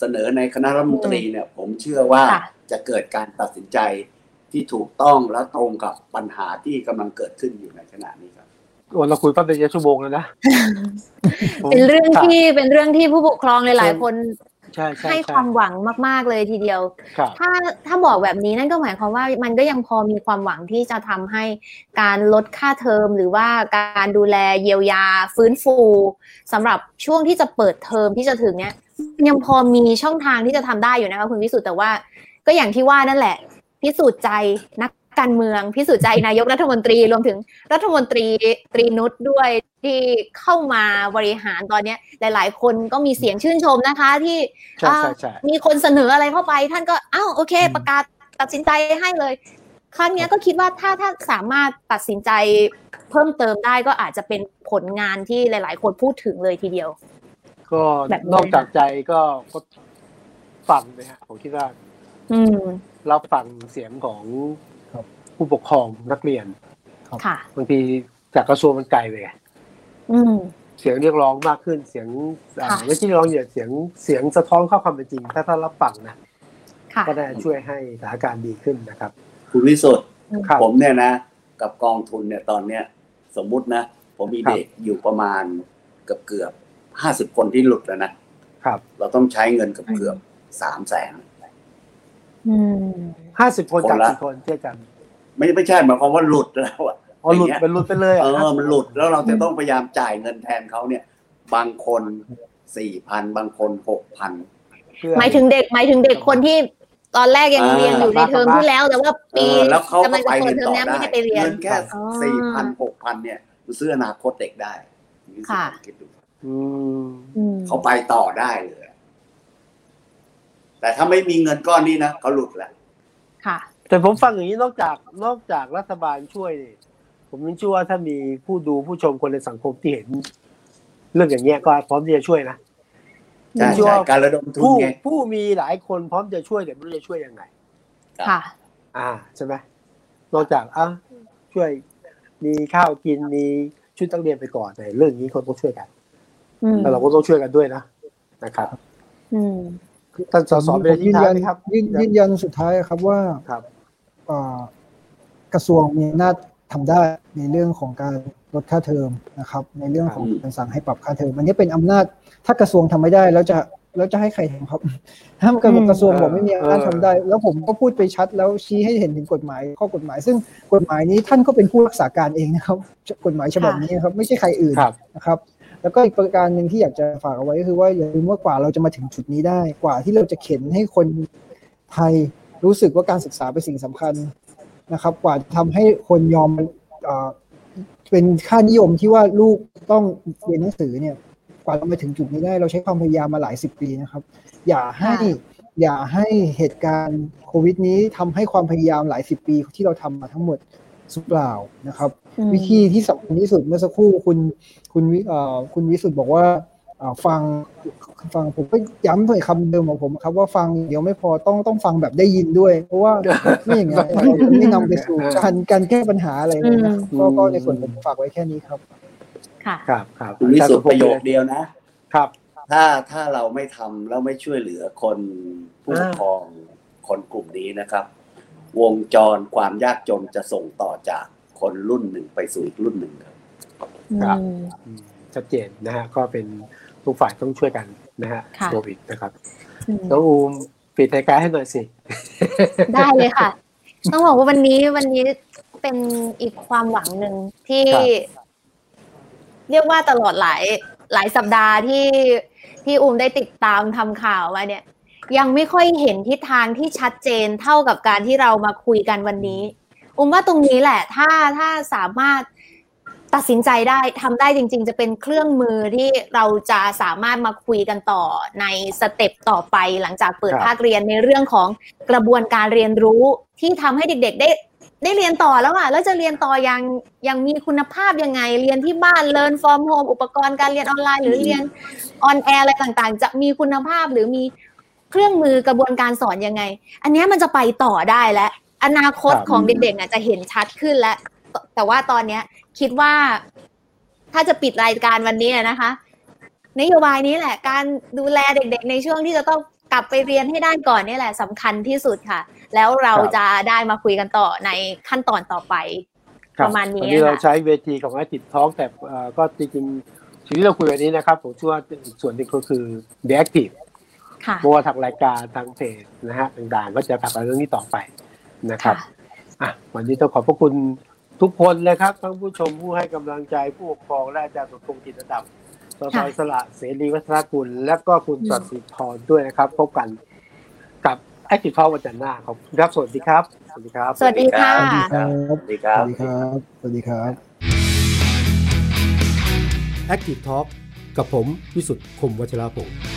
เสนอในคณะรัฐมนตรีเนี่ยผมเชื่อว่าจะเกิดการตัดสินใจที่ถูกต้องและตรงกับปัญหาที่กำลังเกิดขึ้นอยู่ในขณะนี้ครับโอ้เราคุยปั๊บเป็นชั่วโมงแล้วนะเป็นเรื่องที่เป็นเรื่องที่ผู้ปกครองหลายๆคนใช่ให้ความหวังมากๆเลยทีเดียวถ้าถ้าบอกแบบนี้นั่นก็หมายความว่ามันก็ยังพอมีความหวังที่จะทำให้การลดค่าเทอมหรือว่าการดูแลเยียวยาฟื้นฟูสำหรับช่วงที่จะเปิดเทอมที่จะถึงเนี้ยยังพอมีช่องทางที่จะทำได้อยู่นะคะคุณวิสุทธิ์แต่ว่าก็อย่างที่ว่านั่นแหละพิสูจน์ใจนักการเมืองพิสูจน์ใจนายกรัฐมนตรีรวมถึงรัฐมนตรีตรีนุชด้วยที่เข้ามาบริหารตอนนี้หลายๆคนก็มีเสียงชื่นชมนะคะที่มีคนเสนออะไรเข้าไปท่านก็อ้าวโอเคประกาศตัดสินใจให้เลยครั้งนี้ก็คิดว่าถ้าถ้าสามารถตัดสินใจเพิ่มเติมได้ก็อาจจะเป็นผลงานที่หลายๆคนพูดถึงเลยทีเดียวก็นอกจากใจก็ก็ฟังนะฮะผมคิดว่ารับฟังเสียงของผู้ปกครองนักเรียนบางทีจากกระทรวงมันไกลไปไงเสียงเรียกร้องมากขึ้นเสียงไม่ใช่เรียกร้องเยอะเสียงเสียงสะท้อนเข้าความเป็นจริงถ้าถ้ารับฟังนะก็ได้ช่วยให้สถานการณ์ดีขึ้นนะครับคุณวิสุทธิ์ผมเนี่ยนะกับกองทุนเนี่ยตอนเนี้ยสมมุตินะผมมีเด็กอยู่ประมาณเกือบเกือบห้าสิบคนที่หลุดแล้วนะครับเราต้องใช้เงินเกือบเกือบสามแสนห้าสิบคนจากกี่คนเท่ากันไม่ไม่ใช่หมายความว่าหลุดแล้วอ่ะอ๋อหลุดเป็นหลุดไปเลยเออมันหลุดแล้วเราจะต้องพยายามจ่ายเงินแทนเขาเนี่ยบางคนสี่พันบางคนหกพันหมายถึงเด็กหมายถึงเด็กคนที่ตอนแรกยังเรียนอยู่ในเทอมที่แล้วแต่ว่าปีแล้วเขาก็ไปเรียนต่อได้เงินแค่สี่พันหกพันเนี่ยมันซื้ออนาคตเด็กได้ค่ะเขาไปต่อได้เลยแต่ถ้าไม่มีเงินก้อนนี้นะเขาหลุดแหละค่ะแต่ผมฟังอย่างนี้นอกจากนอกจากรัฐบาลช่วยผมนึกเชื่อว่าถ้ามีผู้ดูผู้ชมคนในสังคมที่เห็นเรื่องอย่างเงี้ยก็พร้อมที่จะช่วยนะใช่ใช่การระดมทุนไงผู้มีหลายคนพร้อมจะช่วยแต่ไม่รู้จะช่วยยังไงค่ะอ่าใช่ไหมนอกจากอ่ะช่วยมีข้าวกินมีชุดนักเรียนไปก่อนแต่เรื่องนี้คนต้องช่วยกันแล้วเราก็ต้องช่วยกันด้วยนะนะครับท่านสสเป็นยืนยันครับยืนยันสุดท้ายครับว่าครับกระทรวงมีอำนาจทำได้ในเรื่องของการลดค่าเทอมนะครับในเรื่องของการสั่งให้ปรับค่าเทอมอันนี้เป็นอำนาจถ้ากระทรวงทำไม่ได้แล้วจะแล้วจะให้ใครทำครับถ้ากระทรวงบอกไม่มีอำนาจทำได้แล้วผมก็พูดไปชัดแล้วชี้ให้เห็นถึงกฎหมายข้อกฎหมายซึ่งกฎหมายนี้ท่านก็เป็นผู้รักษาการเองนะครับกฎหมายฉบับนี้ครับไม่ใช่ใครอื่นนะครับแล้วก็อีกประการหนึ่งที่อยากจะฝากเอาไว้ก็คือว่าอย่าลืมว่ากว่าเราจะมาถึงจุดนี้ได้กว่าที่เราจะเข็นให้คนไทยรู้สึกว่าการศึกษาเป็นสิ่งสำคัญนะครับกว่าทำให้คนยอมเป็นค่านิยมที่ว่าลูกต้องเรียนหนังสือเนี่ยกว่าเรามาถึงจุดนี้ได้เราใช้ความพยายามมาหลายสิบปีนะครับอย่าให้อย่าให้เหตุการณ์โควิดนี้ทำให้ความพยายามหลายสิบปีที่เราทำมาทั้งหมดสูญเปล่านะครับวิธีที่สำคัญที่สุดเมื่อสักครู่คุณคุณวิเอ่อคุณวิสุทธ์บอกว่าฟังฟังผมก็ย้ำด้วยคำเดิมของผมครับว่าฟังเดี๋ยวไม่พอต้องต้องฟังแบบได้ยินด้วยเพราะว่าไม่อย่างนั้นเราจะไม่นำไปสู่การการแก้ปัญหาอะไรเลยนะก็ก็ในส่วนผมฝากไว้แค่นี้ครับค่ะครับครับคุณวิสุทธ์ประโยคเดียวนะครับถ้าถ้าเราไม่ทำแล้วไม่ช่วยเหลือคนผู้ปกครองคนกลุ่มนี้นะครับวงจรความยากจนจะส่งต่อจากคนรุ่นหนึ่งไปสู่อีกรุ่นหนึ่งครับครับชัดเจนนะฮะก็เป็นทุกฝ่ายต้องช่วยกันนะฮะโควิดนะครับน้องอูมปิดรายการให้หน่อยสิได้เลยค่ะต้องบอกว่าวันนี้วันนี้เป็นอีกความหวังหนึ่งที่เรียกว่าตลอดหลายหลายสัปดาห์ที่ที่อูมได้ติดตามทำข่าวมาเนี่ยยังไม่ค่อยเห็นทิศทางที่ชัดเจนเท่ากับการที่เรามาคุยกันวันนี้อุ้มว่าตรงนี้แหละถ้าถ้าสามารถตัดสินใจได้ทำได้จริงๆจะเป็นเครื่องมือที่เราจะสามารถมาคุยกันต่อในสเต็ปต่อไปหลังจากเปิดภาคเรียนในเรื่องของกระบวนการเรียนรู้ที่ทำให้เด็กๆได้ได้เรียนต่อแล้วอ่ะแล้วจะเรียนต่อยังยังมีคุณภาพยังไงเรียนที่บ้าน Learn from home อุปกรณ์การเรียนออนไลน์หรือเรียนออนแอร์อะไรต่างๆจะมีคุณภาพหรือมีเครื่องมือกระบวนการสอนยังไงอันนี้มันจะไปต่อได้แล้วอนาคตของเด็กๆน่ะจะเห็นชัดขึ้นแล้วแต่ว่าตอนนี้คิดว่าถ้าจะปิดรายการวันนี้นะคะนโยบายนี้แหละการดูแลเด็กๆในช่วงที่จะต้องกลับไปเรียนให้ได้ก่อนนี่แหละสำคัญที่สุดค่ะแล้วเราจะได้มาคุยกันต่อในขั้นตอนต่อไปประมาณนี้วันนี้เราใช้เวทีของ Active Talk แต่ก็จริงๆสิ่งที่เราคุยวันนี้นะครับผมเชื่อว่าส่วนหนึ่งก็คือ The Active เพราะว่าทางรายการทางเพจนะฮะต่างๆก็จะกลับมาเรื่องนี้ต่อไปนะครับอ่ะวันนี้ต้องขอบพระคุณทุกคนเลยครับทั้งผู้ชมผู้ให้กำลังใจผู้ปกครองและอาจารย์สมพงษ์จิตรดับสสอิสระเสรีวัฒนกุลและก็คุณสัตย์สิทธิ์พรด้วยนะครับพบกันกับ Active Talk วันจันทร์หน้าขอบคุณครับสวัสดีครับสวัสดีครับสวัสดีค่ะสวัสดีครับสวัสดีครับสวัสดีครับ Active Talk กับผมวิสุทธิ์คมวัชรพงศ์